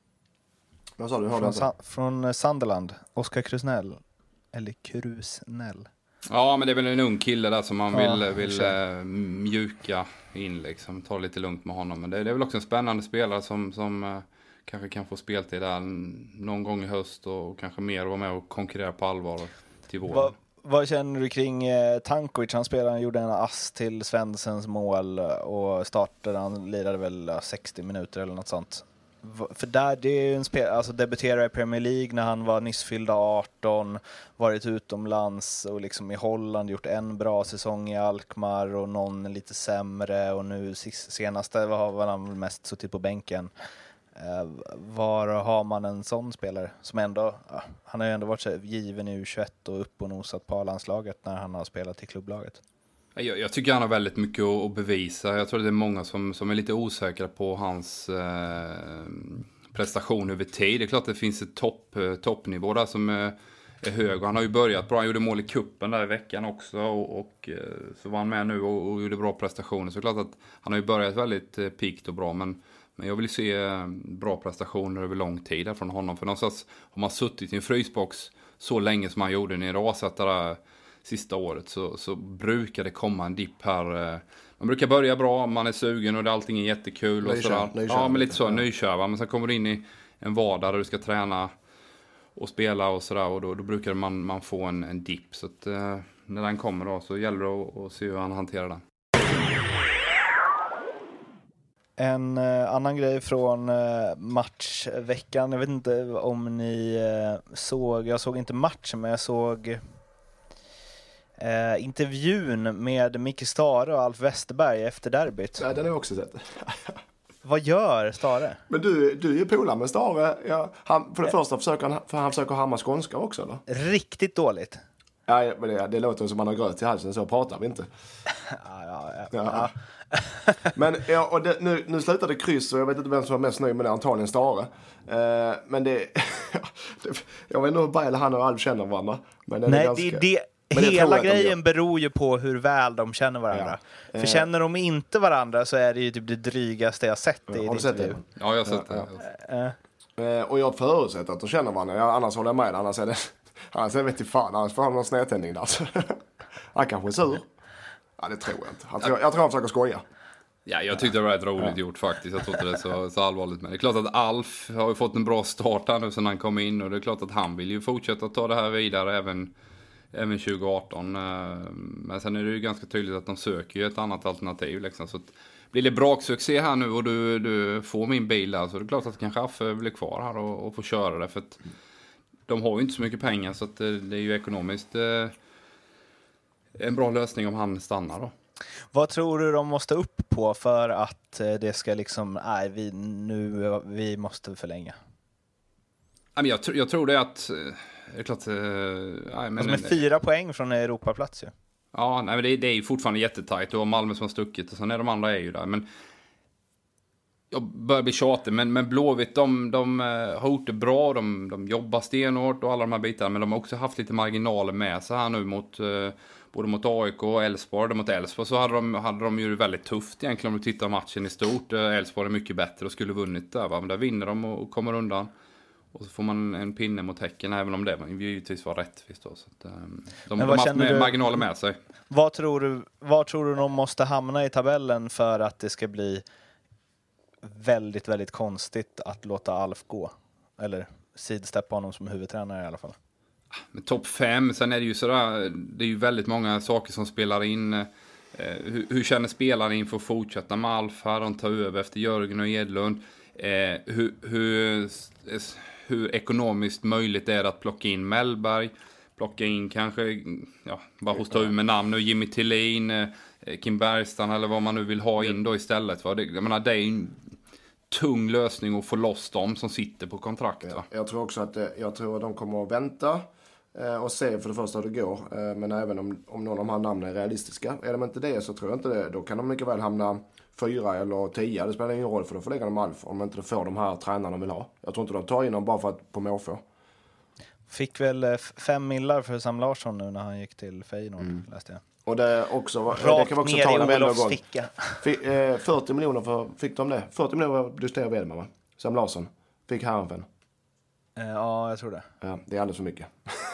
S3: Vad sa du?
S1: Från, Sa- från Sunderland. Oskar Krusnell. Eller Krusnell.
S2: Ja, men det är väl en ung kille där som man vill, ja, vill äh, mjuka in liksom, ta lite lugnt med honom. Men det, det är väl också en spännande spelare som, som äh, kanske kan få speltid där någon gång i höst och kanske mer vara med och konkurrera på allvar till våren.
S1: Va, vad känner du kring eh, Tankovic? Han spelade, han gjorde en ass till Svenssons mål och startade, han lirade väl sextio minuter eller något sånt. För där, det är en spel, alltså debuterade i Premier League när han var nyss fyllda arton, varit utomlands och liksom i Holland gjort en bra säsong i Alkmaar och någon lite sämre och nu senaste var han mest suttit på bänken. Eh, var har man en sån spelare som ändå, ja, han har ju ändå varit så given i U tjugoett och upp och nosat på landslaget när han har spelat i klubblaget.
S2: Jag, jag tycker han har väldigt mycket att, att bevisa. Jag tror det är många som, som är lite osäkra på hans eh, prestation över tid. Det är klart att det finns ett topp, toppnivå där som är, är hög. Han har ju börjat bra. Han gjorde mål i kuppen där i veckan också. Och, och så var han med nu och, och gjorde bra prestationer. Så det är klart att han har ju börjat väldigt eh, pikt och bra. Men, men jag vill se eh, bra prestationer över lång tid där från honom. För någonstans har man suttit i en frysbox så länge som han gjorde när jag satt där sista året så, så brukar det komma en dipp här. Man brukar börja bra, man är sugen och det, allting är jättekul. Och sådär. Ja, men lite så, nykör. Men sen kommer du in i en vardag där du ska träna och spela och sådär. Och då, då brukar man, man få en, en dipp. Så att, när den kommer då, så gäller det att, att se hur han hanterar den.
S1: En eh, annan grej från eh, matchveckan. Jag vet inte om ni eh, såg, jag såg inte matchen, men jag såg eh, intervjun med Micke Stare och Alf Westerberg efter derbyt.
S3: Ja, den har jag också sett.
S1: Vad gör Stare?
S3: Men du, du är ju polare med Stare. Ja, han, för det första försöker han, för han försöker hamma skånska också, eller?
S1: Riktigt dåligt.
S3: Ja, men det, det låter som man har gröt i halsen, så pratar vi inte.
S1: Ja, ja, ja.
S3: Ja.
S1: Ja.
S3: Men ja, och det, nu, nu slutade kryss och jag vet inte vem som var mest nöjd med det, antagligen Stare. Eh, men det, det... Jag vet inte hur väl han och Alf känner varandra. Men det är
S1: Nej,
S3: ganska...
S1: det, det,
S3: Men det
S1: hela
S3: tror jag att de
S1: grejen
S3: gör.
S1: beror ju på hur väl de känner varandra.
S3: Ja.
S1: För
S3: Eh.
S1: känner de inte varandra så är det ju typ det drygaste jag sett i
S3: Har du
S1: ett
S3: sett det?
S1: intervju.
S2: Ja, jag har sett
S3: Ja,
S2: det.
S1: Eh.
S3: Eh, och jag förutsätter att de känner varandra. Ja, annars håller jag med. Annars är det... Annars är det vet inte fan. Annars får han någon snedtändning där. Han kanske är sur. Ja, det tror jag inte. Han tror, jag tror han försöker skoja.
S2: Ja, jag tyckte det var rätt roligt ja. gjort faktiskt. Jag tror inte det är så, så allvarligt. Men det är klart att Alf har ju fått en bra start här nu sedan han kom in. Och det är klart att han vill ju fortsätta ta det här vidare även, även tjugo arton. Men sen är det ju ganska tydligt att de söker ju ett annat alternativ. Liksom. Så att, blir det braksuccé här nu och du, du får min bil där, så är det klart att kanske Affe blir kvar här och, och får köra det. För att de har ju inte så mycket pengar, så att det, det är ju ekonomiskt eh, en bra lösning om han stannar då.
S1: Vad tror du de måste upp på för att det ska liksom, nej, vi, nu, vi måste förlänga?
S2: Jag, jag tror det är att, det är klart, nej, men,
S1: alltså med fyra poäng från Europaplats ju.
S2: Ja, nej, men det, det är ju fortfarande jättetajt och Malmö som har stuckit och sen är de andra är ju där, men jag börjar bli tjatig, men, men Blåvitt, de, de har gjort det bra, de, de jobbar stenhårt och alla de här bitarna, men de har också haft lite marginaler med sig här nu mot både mot A I K och Elfsborg. Mot Elfsborg så hade de, hade de ju väldigt tufft egentligen om du tittar matchen i stort. Elfsborg är mycket bättre och skulle vunnit där, va? Men där vinner de och kommer undan. Och så får man en pinne mot Häcken, även om det givetvis var rättvist då. Så att, um, de de har haft med, marginaler med sig.
S1: Vad tror du, vad tror du de måste hamna i tabellen för att det ska bli väldigt, väldigt konstigt att låta Alf gå? Eller sidsteppa honom som huvudtränare i alla fall.
S2: Med topp fem, sen är det ju sådär, det är ju väldigt många saker som spelar in. Eh, hur, hur känner spelaren inför att fortsätta med Alf här? De tar över efter Jörgen och Edlund. Eh, hur, hur, hur ekonomiskt möjligt är det att plocka in Mellberg? Plocka in kanske, ja, bara hosta ur med namn nu, Jimmy Tillin, eh, Kim Bergstan eller vad man nu vill ha in då istället. Va? Det, jag menar, det är en tung lösning att få loss dem som sitter på kontrakt. Va?
S3: Ja, jag tror också att jag tror att de kommer att vänta och se för det första hur det går. Men även om, om någon av de här namnen är realistiska. Är de inte det så tror jag inte det. Då kan de mycket väl hamna fyra eller tio. Det spelar ingen roll, för då får lägga dem Alf. Om de inte får de här tränarna de vill ha. Jag tror inte de tar in dem bara för att på måfå. Fick
S1: väl fem millar för Sam Larsson nu när han gick till Feyenoord, mm. läste jag.
S3: Och det också var,
S1: rakt
S3: det kan vi också
S1: ner
S3: ta
S1: i Olofs ficka.
S3: Fick, eh, fyrtio miljoner för, fick de det? fyrtio miljoner du steg väl med, va? Sam Larsson. Fick herren för.
S1: Eh, ja, jag tror det.
S3: Ja, det är alldeles för mycket.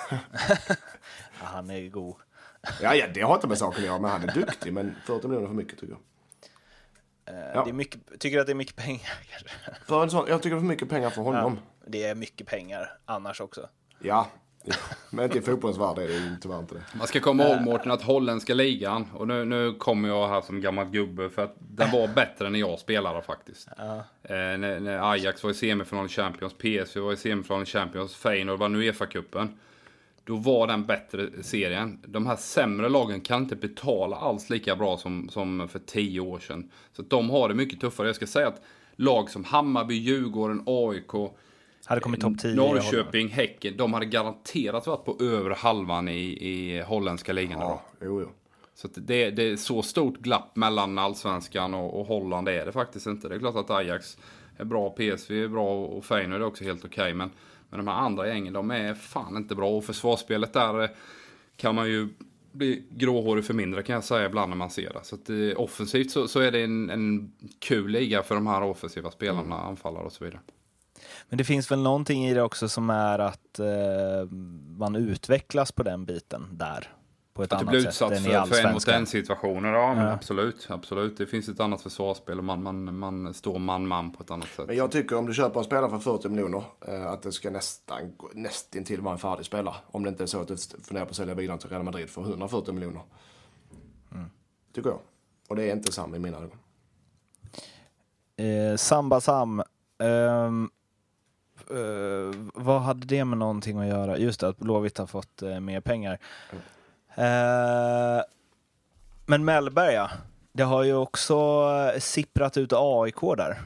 S1: Ja, han är god.
S3: Ja, ja, det har inte med saken att göra, men han är duktig. Men fyrtio miljoner för mycket, tycker jag.
S1: Eh, ja. Det är mycket, tycker du att det är mycket pengar?
S3: För en sån, jag tycker det är för mycket pengar för honom.
S1: Ja, det är mycket pengar annars också.
S3: Ja, men inte i fotbollsvärld är det ju tyvärr inte det.
S2: Man ska komma ihåg, Mårten, att holländska ligan, och nu, nu kommer jag här som gammal gubbe, för att den var bättre när jag spelade faktiskt. Ja. Eh, när, när Ajax var i semifinal i Champions, P S V var i semifinal i Champions, Feyenoord var nu UEFA-cupen. Då var den bättre serien. De här sämre lagen kan inte betala alls lika bra som, som för tio år sedan. Så att de har det mycket tuffare. Jag ska säga att lag som Hammarby, Djurgården, A I K,
S1: hade kommit topp tio,
S2: Norrköping, Häcken, de hade garanterat varit på över halvan i, i holländska ligan.
S3: Ja, jo, jo.
S2: Så att det, det är så stort glapp mellan allsvenskan och, och Holland, det är det faktiskt inte. Det är klart att Ajax är bra, P S V är bra och Feyenoord är också helt okej. Okay, men, men de här andra gängen, de är fan inte bra. Och försvarsspelet där kan man ju bli gråhårig för mindre, kan jag säga ibland när man ser det. Så att det, offensivt så, så är det en, en kul liga för de här offensiva spelarna, mm. anfallare och så vidare.
S1: Men det finns väl någonting i det också som är att eh, man utvecklas på den biten där. på ett
S2: att
S1: annat
S2: bli
S1: sätt
S2: utsatt
S1: än i
S2: för, för en mot
S1: allsvenskan.
S2: en situationer, ja, men
S1: Ja.
S2: absolut, absolut. Det finns ett annat försvarsspel och man, man, man står man-man på ett annat sätt.
S3: Men jag tycker om du köper en spelare för fyrtio miljoner eh, att det ska nästan, nästan till vara en färdig spelare. Om det inte är så att du funderar på att sälja vidare till Real Madrid för hundrafyrtio miljoner. Mm. Tycker jag. Och det är inte Sam i mina ögon.
S1: Eh, Samba Sam. Um, uh, vad hade det med någonting att göra? Just det, att Blåvitt har fått uh, mer pengar. Mm. Uh, men Mellberg, ja. Det har ju också sipprat ut A I K där.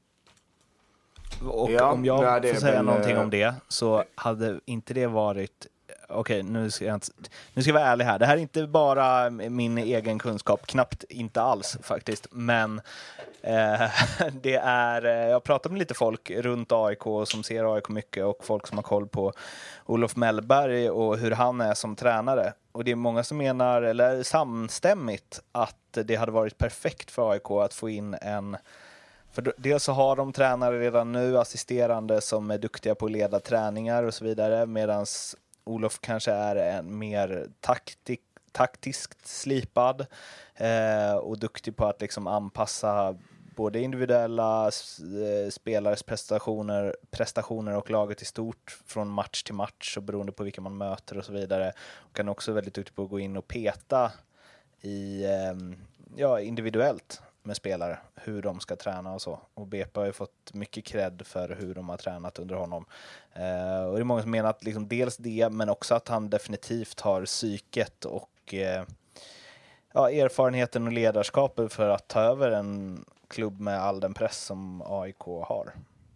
S1: Och ja, om jag nej, får säga väl, någonting om det så hade inte det varit... Okej, nu ska jag inte, nu ska jag vara ärlig här. Det här är inte bara min egen kunskap, knappt inte alls faktiskt. Men eh, det är, jag har pratat med lite folk runt A I K som ser A I K mycket och folk som har koll på Olof Mellberg och hur han är som tränare. Och det är många som menar, eller samstämmigt, att det hade varit perfekt för A I K att få in en... För dels så har de tränare redan nu, assisterande, som är duktiga på att leda träningar och så vidare, medan Olof kanske är en mer taktik, taktiskt slipad eh, och duktig på att liksom anpassa både individuella eh, spelares prestationer, prestationer och laget i stort från match till match och beroende på vilka man möter och så vidare. Och kan också väldigt duktig på att gå in och peta i, eh, ja, individuellt med spelare, hur de ska träna och så. Och B P har ju fått mycket cred för hur de har tränat under honom. Eh, och det är många som menar att liksom dels det, men också att han definitivt har psyket och eh, ja, erfarenheten och ledarskapet för att ta över en klubb med all den press som A I K har.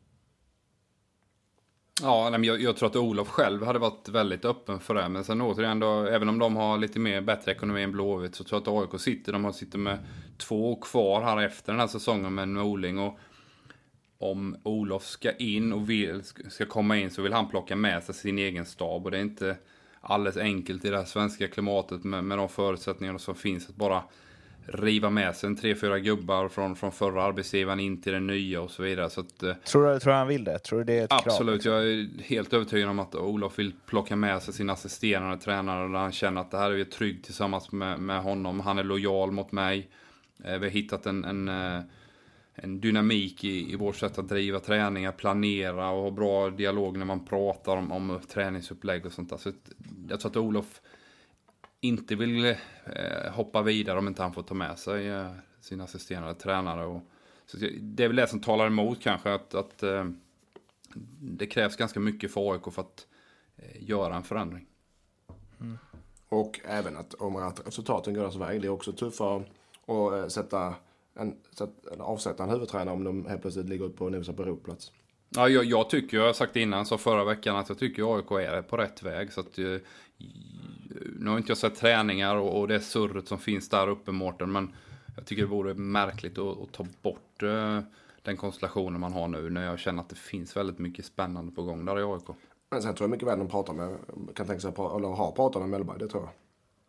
S2: Ja, men jag, jag tror att Olof själv hade varit väldigt öppen för det. Men sen återigen då, även om de har lite mer bättre ekonomi än Blåvitt, så tror jag att A I K sitter, de har sitter med två kvar här efter den här säsongen med Norling. Och om Olof ska in och vill, ska komma in, så vill han plocka med sig sin egen stab. Och det är inte alldeles enkelt i det här svenska klimatet med, med de förutsättningarna som finns att bara riva med sig en tre, fyra gubbar från, från förra arbetsgivaren in till den nya och så vidare. Så att,
S1: tror du tror han vill det? Tror du det är ett
S2: absolut,
S1: krav?
S2: Jag är helt övertygad om att Olof vill plocka med sig sin assisterande tränare där han känner att det här är tryggt tillsammans med, med honom. Han är lojal mot mig. Vi har hittat en, en, en dynamik i, i vårt sätt att driva träningar, planera och ha bra dialog när man pratar om, om träningsupplägg och sånt där. Så jag tror att Olof inte vill eh, hoppa vidare om inte han får ta med sig eh, sin assisterande tränare. Och, så det är väl det som talar emot kanske, att, att eh, det krävs ganska mycket för A I K för att eh, göra en förändring.
S3: Mm. Och även att om att resultaten går deras väg, det är också tuffare att eh, sätta en, sätta, avsätta en huvudtränare om de helt plötsligt ligger på en på Europaplats.
S2: Ja, jag, jag tycker, jag har sagt innan så förra veckan att jag tycker A I K är på rätt väg. Så att, eh, nu har inte jag sett träningar och, och det surret som finns där uppe, Mårten, men jag tycker det vore märkligt att, att ta bort eh, den konstellationen man har nu, när jag känner att det finns väldigt mycket spännande på gång där i A I K.
S3: Men sen tror jag mycket väl de pratar med, kan tänka sig, eller har pratat med Mellberg, det tror jag.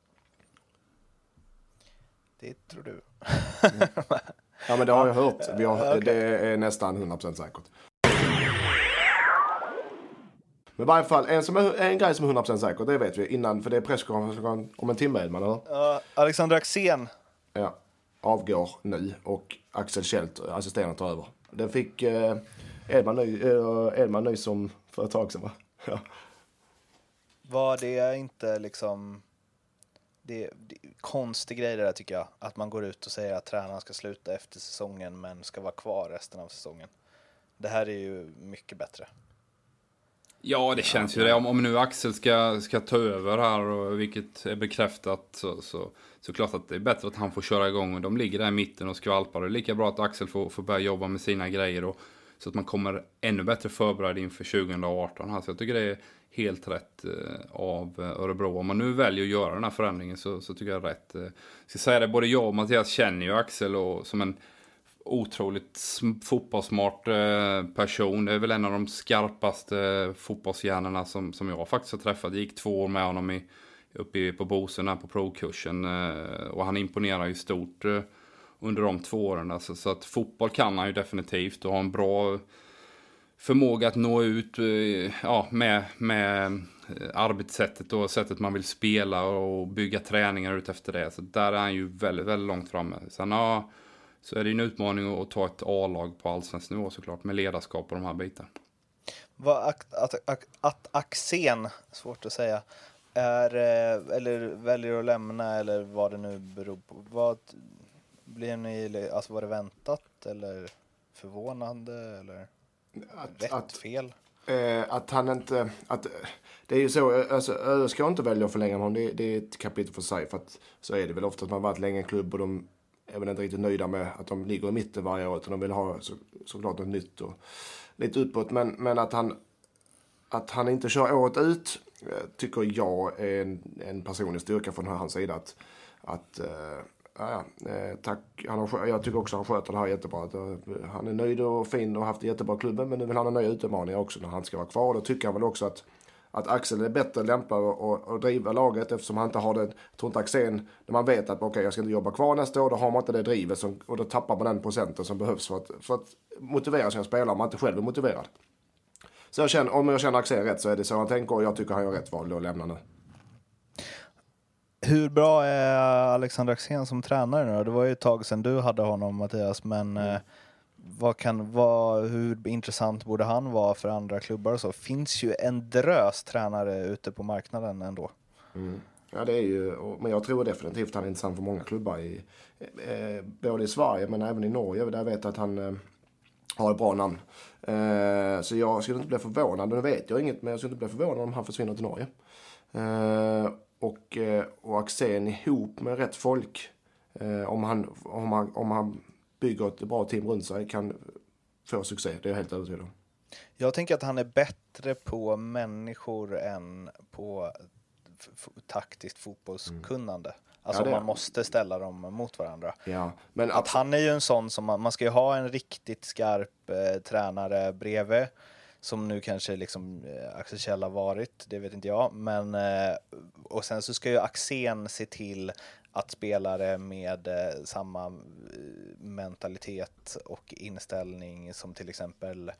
S1: Det tror du.
S3: Mm. Ja, men det har jag hört. Vi har, okay. Det är nästan hundra procent säkert. Men i varje fall, en, som är, en grej som är hundra procent säker, det vet vi innan, för det är presskonferens om en timme, Edman, eller?
S1: Uh, Alexander Axén.
S3: Ja, avgår nu och Axel Kjelt, assisterande, tar över. Den fick eh, Edman, ny, eh, Edman ny som för ett tag sedan, va? Ja.
S1: Var det inte liksom... Det är, det är konstig grej det där, tycker jag. Att man går ut och säger att tränaren ska sluta efter säsongen men ska vara kvar resten av säsongen. Det här är ju mycket bättre.
S2: Ja, det känns ju det. Om, om nu Axel ska, ska ta över här, och vilket är bekräftat, så, så, så klart att det är bättre att han får köra igång. Och de ligger där i mitten och skvalpar. Det är lika bra att Axel får, får börja jobba med sina grejer då, så att man kommer ännu bättre förberedd inför tjugo arton. Här. Så jag tycker det är helt rätt eh, av Örebro. Om man nu väljer att göra den här förändringen, så, så tycker jag det är rätt. Eh, jag ska säga det, både jag och Mattias känner ju Axel och, som en otroligt fotbollssmart eh, person. Det är väl en av de skarpaste eh, fotbollshjärnorna som, som jag faktiskt har träffat. Jag gick två år med honom i, uppe i, på Bosen här på provkursen. Eh, och han imponerar ju stort eh, under de två åren. Alltså, så att fotboll kan han ju definitivt och har en bra förmåga att nå ut eh, ja, med, med arbetssättet och sättet man vill spela och bygga träningar ut efter det. Så där är han ju väldigt, väldigt långt framme. Sen ja, så är det en utmaning att ta ett A-lag på allsvensk nivå såklart med ledarskap och de här bitarna.
S1: Vad att, att, att, att Axén, svårt att säga, är eller väljer att lämna eller vad det nu beror på. Vad blir ni, alltså var det väntat eller förvånande eller
S3: att,
S1: rätt
S3: att,
S1: fel?
S3: Eh, att han inte, att det är ju så, alltså Öre ska inte välja att förlänga med honom, det, det är ett kapitel för sig, för att så är det väl ofta att man varit länge i en klubb och de är väl inte riktigt nöjda med att de ligger i mitten varje år, utan de vill ha så, såklart något nytt och lite uppåt, men, men att han att han inte kör året ut tycker jag är en, en personlig styrka från hans sida, att, att eh, ja, eh, tack. Han har, jag tycker också att han sköter det här jättebra. Att, uh, han är nöjd och fin och har haft jättebra klubben, men nu vill han ha nya utmaningar också när han ska vara kvar. Då tycker han väl också att, att Axel är bättre lämpad att, att driva laget, eftersom han inte har det. Jag tror inte Axel, när man vet att okej, okay, jag ska inte jobba kvar nästa år, då har man inte det drivet som, och då tappar man den procenten som behövs för att, för att motivera sina spelare om man inte själv är motiverad. Så jag känner, om jag känner Axel rätt så är det så han tänker, och jag tycker han gör rätt val att lämna nu.
S1: Hur bra är Alexander Axén som tränare nu? Det var ju ett tag sedan du hade honom, Mattias, men mm. eh, vad kan, vad, hur intressant borde han vara för andra klubbar och så? Finns ju en drös tränare ute på marknaden ändå.
S3: Mm. Ja, det är ju, men jag tror definitivt att han är intressant för många klubbar i, eh, både i Sverige men även i Norge, där jag vet att han eh, har ett bra namn. Eh, så jag skulle inte bli förvånad, nu vet jag inget, men jag skulle inte bli förvånad om han försvinner till Norge. Eh, Och, och Axén ihop med rätt folk, eh, om, han, om, han, om han bygger ett bra team runt sig, kan få succé. Det är jag helt övertygad om.
S1: Jag tänker att han är bättre på människor än på f- f- taktiskt fotbollskunnande. Mm. Alltså ja, man måste ställa dem mot varandra.
S3: Ja, men
S1: att han är ju en sån som man, man ska ju ha en riktigt skarp eh, tränare bredvid. Som nu kanske liksom eh, Axel Kjell har varit, det vet inte jag. Men, eh, och sen så ska ju Axén se till att spelare med eh, samma eh, mentalitet och inställning som till exempel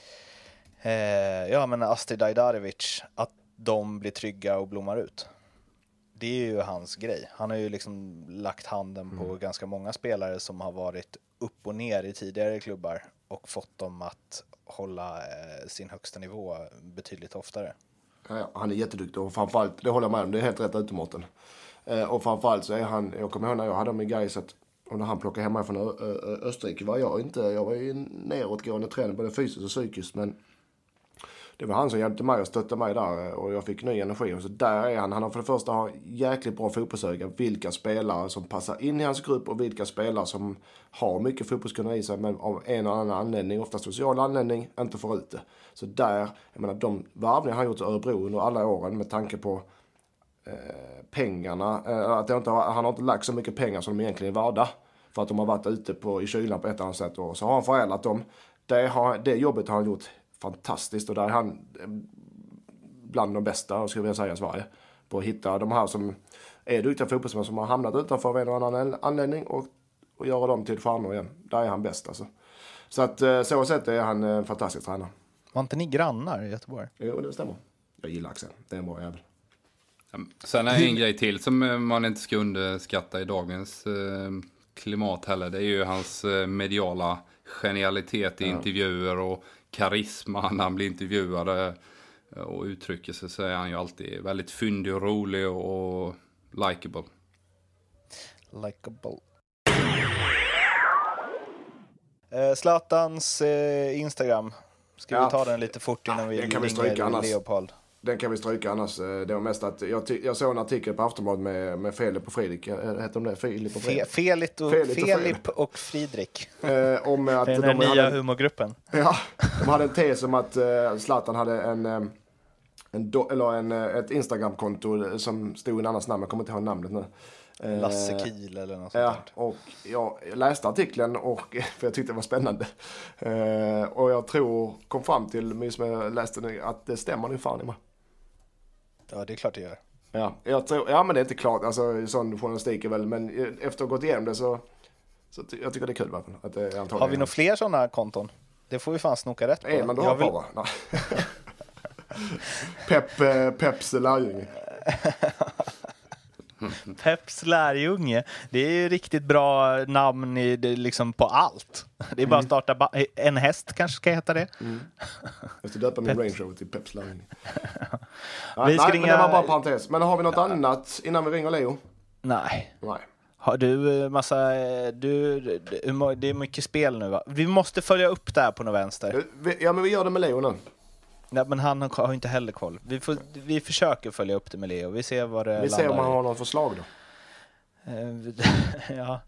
S1: eh, ja, men Astrid Ajdarevic, att de blir trygga och blommar ut. Det är ju hans grej. Han har ju liksom lagt handen på mm. ganska många spelare som har varit upp och ner i tidigare klubbar och fått dem att hålla eh, sin högsta nivå betydligt oftare.
S3: Ja, ja, han är jätteduktig och framförallt, det håller jag med om, det är helt rätt ut i måtten. Eh, och framförallt så är han, jag kommer ihåg när jag hade med Gais att och när han plockade hemma från Ö- Ö- Österrike var jag inte, jag var ju neråtgående tränare både fysiskt och psykiskt, men det var han som hjälpte mig och stötte mig där och jag fick ny energi. Och så där är han. Han har för det första har jäkligt bra fotbollsöga. Vilka spelare som passar in i hans grupp och vilka spelare som har mycket fotbollskunnande i sig men av en eller annan anledning, ofta social anledning, inte får ut det. Så där, jag menar de varvningar han gjort i Örebro under alla åren med tanke på eh, pengarna. Eh, att det inte, han har inte lagt så mycket pengar som de egentligen är värda. För att de har varit ute på, i kylan på ett annat sätt. Och så har han förädlat dem. Det, har, det jobbet har han gjort fantastiskt och där är han bland de bästa, skulle jag säga, i Sverige på att hitta de här som är duktiga fotbollsspelare som har hamnat utanför av en och annan anledning och, och göra dem till stjärnor igen. Där är han bäst alltså. Så att så sätt är han en fantastisk tränare.
S1: Var inte ni grannar i Göteborg?
S3: Jo, det stämmer. Jag gillar Axel. Det är en bra jävel.
S2: Sen är en grej till som man inte ska underskatta i dagens eh, klimat heller. Det är ju hans eh, mediala genialitet i ja. intervjuer och karisma när han blir intervjuad och uttrycker sig, så är han ju alltid väldigt fyndig och rolig och likable.
S1: Likeable. Eh, Zlatans eh, Instagram. Ska ja. vi ta den lite fort innan ja, vi ringer Leopold?
S3: Den kan vi stryka annars. Det var mest att jag, ty- jag såg en artikel på Aftonbladet med, med Filip och Fredrik. Heter de det? Filip och Fredrik?
S1: Fe- Felip och, Felip och, Felip och Fredrik.
S3: Eh, om att
S1: den
S3: de
S1: nya
S3: hade,
S1: humorgruppen.
S3: Ja, de hade en tes om att eh, Zlatan hade en, en, do, eller en, ett Instagramkonto som stod i en annans namn. Jag kommer inte ihåg namnet nu.
S1: Eh, Lasse Kiel eller något sånt.
S3: Ja, och jag läste artikeln och, för jag tyckte det var spännande. Eh, och jag tror, kom fram till, som jag läste den, att det stämmer nu fan i mig.
S1: Ja, det är klart det gör.
S3: Ja, jag tror, ja men det är inte klart, alltså sån journalistik är väl, men efter att ha gått igenom det så, så ty- jag tycker det är kul varför. Att det
S1: har vi några fler sådana konton? Det får vi fan snoka rätt på.
S3: Nej, men då
S1: jag
S3: har
S1: vill...
S3: bara. Pep, eh, Peps lärjunge.
S1: Peps lärjunge. Det är ju riktigt bra namn i, det, liksom på allt. Det är bara att starta ba- en häst kanske ska heta det.
S3: Mm. Jag ska döpa min Range Rover till Peps lärjunge. Ja,
S1: Vi ska
S3: nej,
S1: ringa...
S3: men det var bara parentes. Men har vi något annat innan vi ringer Leo?
S1: Nej.
S3: Nej.
S1: Har du eh, massa... eh, Du, du, det är mycket spel nu, va? Vi måste följa upp det här på något vänster.
S3: Vi- Ja, men vi gör det med Leo nu.
S1: Nej, men han har har inte heller koll. Vi, får, vi försöker följa upp det med Leo. Vi ser vad det
S3: Vi ser om
S1: landar
S3: han
S1: i.
S3: har något förslag då.
S1: Eh, ja.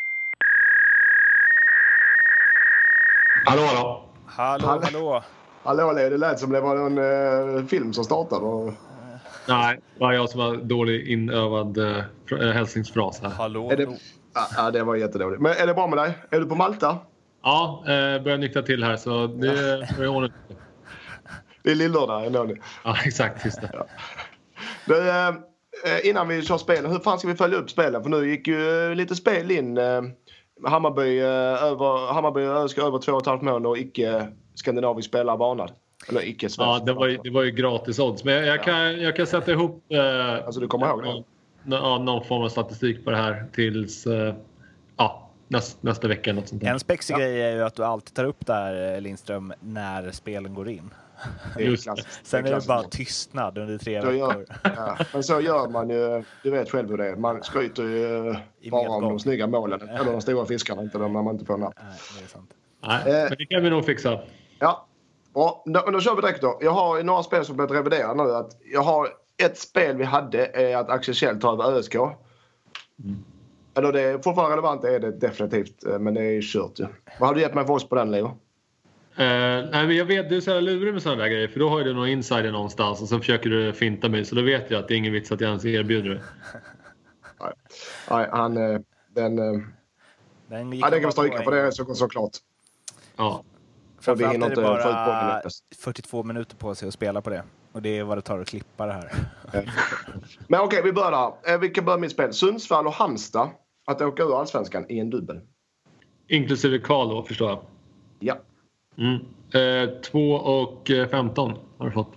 S4: Hallå, hallå.
S1: Hallå,
S3: Hallå.
S1: hallå.
S3: Hallå Leo, det lät som det var en uh, film som startade. Och...
S4: Nej, det var jag som var dålig inövad äh, hälsningsfras här.
S1: Hallå,
S3: Är det...
S1: hallå.
S3: Ja, ja, det var jättedåligt. Men är det bra med dig? Är du på Malta?
S4: Ja, äh, börjar nyktra till här så det börjar ordna.
S3: Det är lillördag ändå nu.
S4: Ja, exakt. Just det.
S3: Ja. Du, eh, innan vi kör spelen, hur fan ska vi följa upp spelen? För nu gick ju eh, lite spel in. Eh, Hammarby, eh, över, Hammarby önskar över två och ett halvt mål och icke skandinavisk spelare varnad. Eller icke svensk.
S4: Ja, det var ju, det var ju gratis odds. Men jag, jag, kan, jag kan sätta ihop äh,
S3: Alltså du kommer ihåg det?
S4: någon, någon form av statistik på det här tills äh, ja, näst, nästa vecka. Något sånt där.
S1: En spexig ja. grej är ju att du alltid tar upp där, Lindström, när spelen går in.
S3: Det är
S4: Just
S3: klassiskt.
S1: Sen
S3: det
S1: är
S3: är
S1: det bara
S3: klassiskt.
S1: tystnad under tre
S3: Så
S1: veckor.
S3: gör, ja, men så gör man ju, du vet själv hur det är. Man skryter ju
S1: I
S3: bara om
S1: medgång.
S3: de snygga målen. Eller de stora fiskarna, inte de när man inte får napp.
S1: Nej, det är sant.
S4: Nej,
S3: Eh.
S4: men det kan vi nog fixa.
S3: Ja, och då, då kör vi direkt då. Jag har några spel som börjat revidera nu. Att jag har ett spel vi hade är att Axel Kjell tar över Ö S K.
S4: Mm.
S3: Eller det är fortfarande relevant, det är det definitivt. Men det är kört ju. Vad har du gett mig för oss på den, Leo?
S4: Uh, nej, men jag vet, du är så här lurig med sådana där grejer. För då har ju du någon insider någonstans och så försöker du finta mig. Så då vet jag att det är ingen vits att jag ens erbjuder det.
S3: Nej, Nej han... eh, Den... eh,
S1: Den, gick
S3: Ja, den kan
S1: bara
S3: vi stryka
S1: på
S3: för
S1: en
S3: det är
S1: gång.
S3: så, såklart.
S4: Ja.
S3: För vi
S1: Framförallt
S3: hinner
S1: är det
S3: inte få ut
S1: bara
S3: bollen upp.
S1: fyrtiotvå minuter på sig att spela på det. Och det är vad det tar att klippa det här.
S3: Men okej, vi börjar där. Eh, Vi kan börja med spel. Sundsvall och Halmstad att åka ur Allsvenskan i en dubbel.
S4: Inklusive Karl då, förstår jag.
S3: Ja.
S4: Mm. Eh, två och femton har du fått.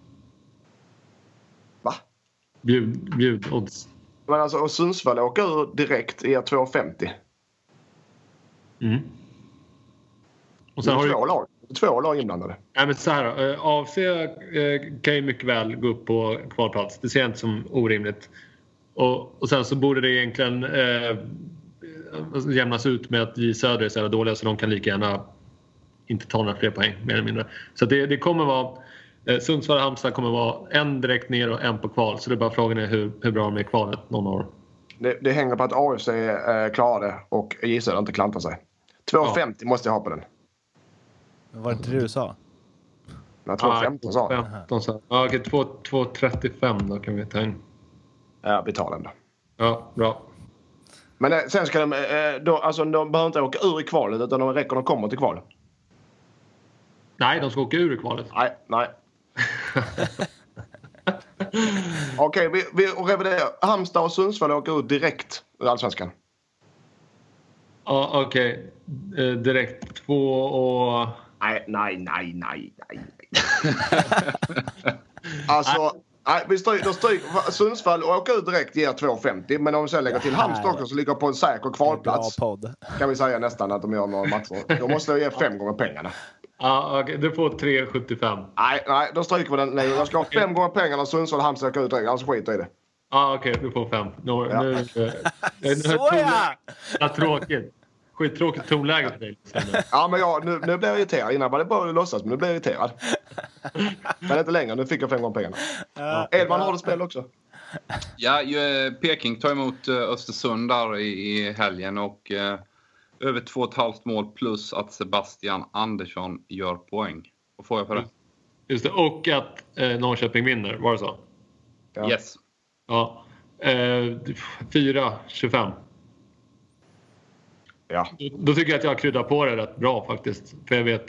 S3: Va?
S4: Bjud, bjud odds.
S3: Men alltså, och Sundsvall åker ur direkt i två femtio.
S4: Mm. Och
S3: Det
S4: sen
S3: är
S4: har du...
S3: två lag. Det är två lag inblandade.
S4: Nej, men så här då. Eh, A F C eh, kan ju mycket väl gå upp på kvalplats. Det ser jag inte som orimligt. Och, och sen så borde det egentligen eh, jämnas ut med att vi söder är så jävla dåliga så de kan lika gärna inte ta några fler poäng, mer eller mindre. Så det, det kommer vara... Eh, Sundsvall och Halmstad kommer vara en direkt ner och en på kval. Så det är bara frågan är hur, hur bra de är i kvalet någon år.
S3: Det, det hänger på att A F C eh, klarar det och J Södra inte klantar sig. två femtio måste jag ha på den.
S1: Var det inte det du sa?
S3: Nej, två femton sa han.
S4: femton så. Ja, okej, två trettiofem då kan vi ta in.
S3: Ja, vi tar den då.
S4: Ja, bra.
S3: Men eh, sen ska de... Eh, då, alltså, de behöver inte åka ur i kvalet utan de räcker de kommer till kval.
S4: Nej, de ska åka ur i kvalet.
S3: Nej, nej. Okej, vi, vi reviderar. Halmstad och Sundsvall åker ut direkt ur Allsvenskan.
S4: Ja, okej. Eh, direkt två och...
S3: Nej, nej, nej, nej, nej. Alltså, nej, vi stryker, stryk, Sundsvall åker ut direkt ger två femtio. Men om vi sen lägger till Halmstad också så ligger på en säker kvalplats.
S1: Bra podd.
S3: Kan vi säga nästan att de gör några matcher. Då måste jag ge fem gånger pengarna.
S4: Ja, okej. Du får tre sjuttiofem.
S3: Nej, nej, då stryker vi den. Nej, jag ska ha fem gånger pengarna Sundsvall och Halmstad åker ut direkt. Annars skiter i det.
S4: Ja, okej. Du får fem. Nu,
S3: Ja.
S4: nu, eh, nu,
S1: Såja!
S4: Ja, tråkigt. Skittråkigt tonläge för dig.
S3: Ja, men jag, nu, nu blir jag irriterad. Innan var det bara att låtsas, men nu blir jag irriterad. Men inte längre. Nu fick jag fem gånger pengarna.
S1: Ja.
S3: Edman har det spel också.
S2: Ja, ju, Peking tar emot uh, Östersund där i, i helgen och uh, över två och ett halvt mål plus att Sebastian Andersson gör poäng. Vad får jag för det?
S4: Just det. Och att eh, Norrköping vinner. Var det så?
S3: Ja.
S2: Yes.
S4: Ja. Eh, fyra tjugofem.
S3: Ja.
S4: Då, då tycker jag att jag kryddar på det rätt bra faktiskt. För jag vet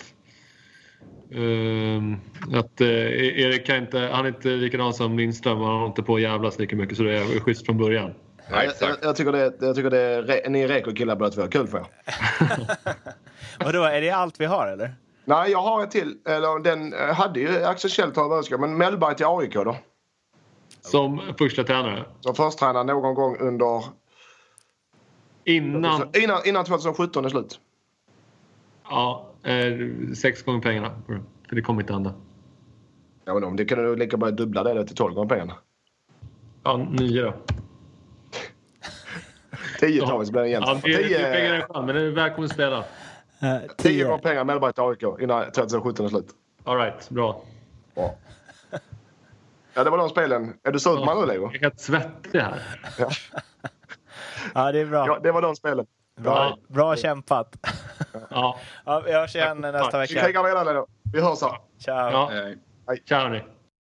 S4: um, att uh, Erik kan inte, han är inte likadan som Lindström. Han har inte på jävlas lika mycket så det är schysst från början.
S2: Ja,
S3: Jag, jag, jag tycker det, jag tycker det är, ni är reko killar båda två. Kul för er.
S1: Vadå, är det allt vi har eller?
S3: Nej, jag har ett till. Eller, den hade ju Axel Kjelltorp överskott, men Mellberg till A I K då?
S4: Som första tränare?
S3: Som först tränare någon gång under...
S4: Innan?
S3: Innan, innan tjugosjutton är slut.
S4: Ja, eh, sex gånger pengarna. För det kommer inte hända.
S3: Ja, men om det kan du lika börja dubbla det till tolv gånger pengarna.
S4: Ja, nio då.
S3: tio tar vi så blir det igen.
S4: Ja, det,
S3: tio,
S4: det är pengar i fan, men det är välkommen att spela.
S1: Uh,
S3: tio gånger pengar Mellberg till A I K innan tjugosjutton är slut.
S4: All right, bra.
S3: Ja. Ja, det var de spelen. Är du sur på mig nu, Leo?
S4: Jag är helt svettig här.
S3: Ja.
S1: Ja, det är bra.
S3: Ja, det var de spelen.
S1: Bra,
S4: Ja.
S1: bra kämpat.
S4: Ja.
S1: Ja, vi hörs igen nästa
S3: Vi
S1: vecka.
S3: krigar redan, Leo. Vi hörs här.
S1: Ciao.
S4: Ja.
S2: Hej.
S4: Ciao ni.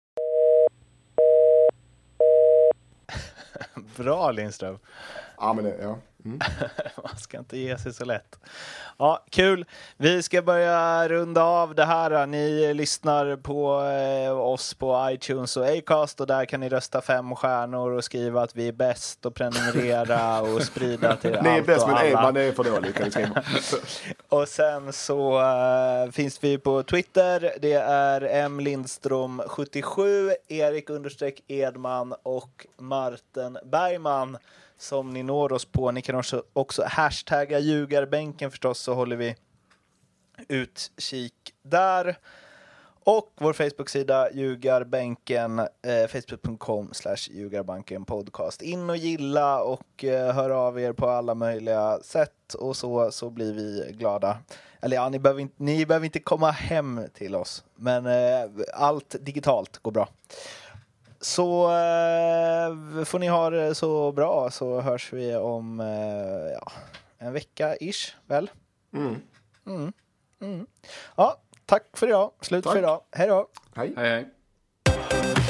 S1: Bra, Lindström.
S3: Ja, men det, ja. Mm.
S1: Man ska inte ge sig så lätt. Ja, kul. Vi ska börja runda av det här. Ni lyssnar på eh, oss på iTunes och Acast och där kan ni rösta fem stjärnor och skriva att vi är bäst och prenumerera och sprida till allt.
S3: Ni är bäst,
S1: och
S3: men
S1: alla.
S3: Edman är för dålig, kan ni skriva.
S1: Och sen så uh, finns vi på Twitter. Det är M Lindström sjuttiosju, Erik understreck Edman och Martin Bergman som ni når oss på. Ni kan också, också hashtagga ljugarbänken förstås, så håller vi utkik där. Och vår Facebook-sida ljugarbänken, eh, facebook punkt com slash ljugarbanken podcast. In och gilla och eh, hör av er på alla möjliga sätt och så, så blir vi glada. Eller ja, ni behöver inte, ni behöver inte komma hem till oss, men eh, allt digitalt går bra. Så eh, får ni ha det så bra, så hörs vi om eh, ja, en vecka-ish, väl?
S3: Mm.
S1: Mm. Mm. Ja, tack för idag. Slut
S3: Tack.
S1: för idag. Hej då!
S3: Hej.
S2: Hej, hej.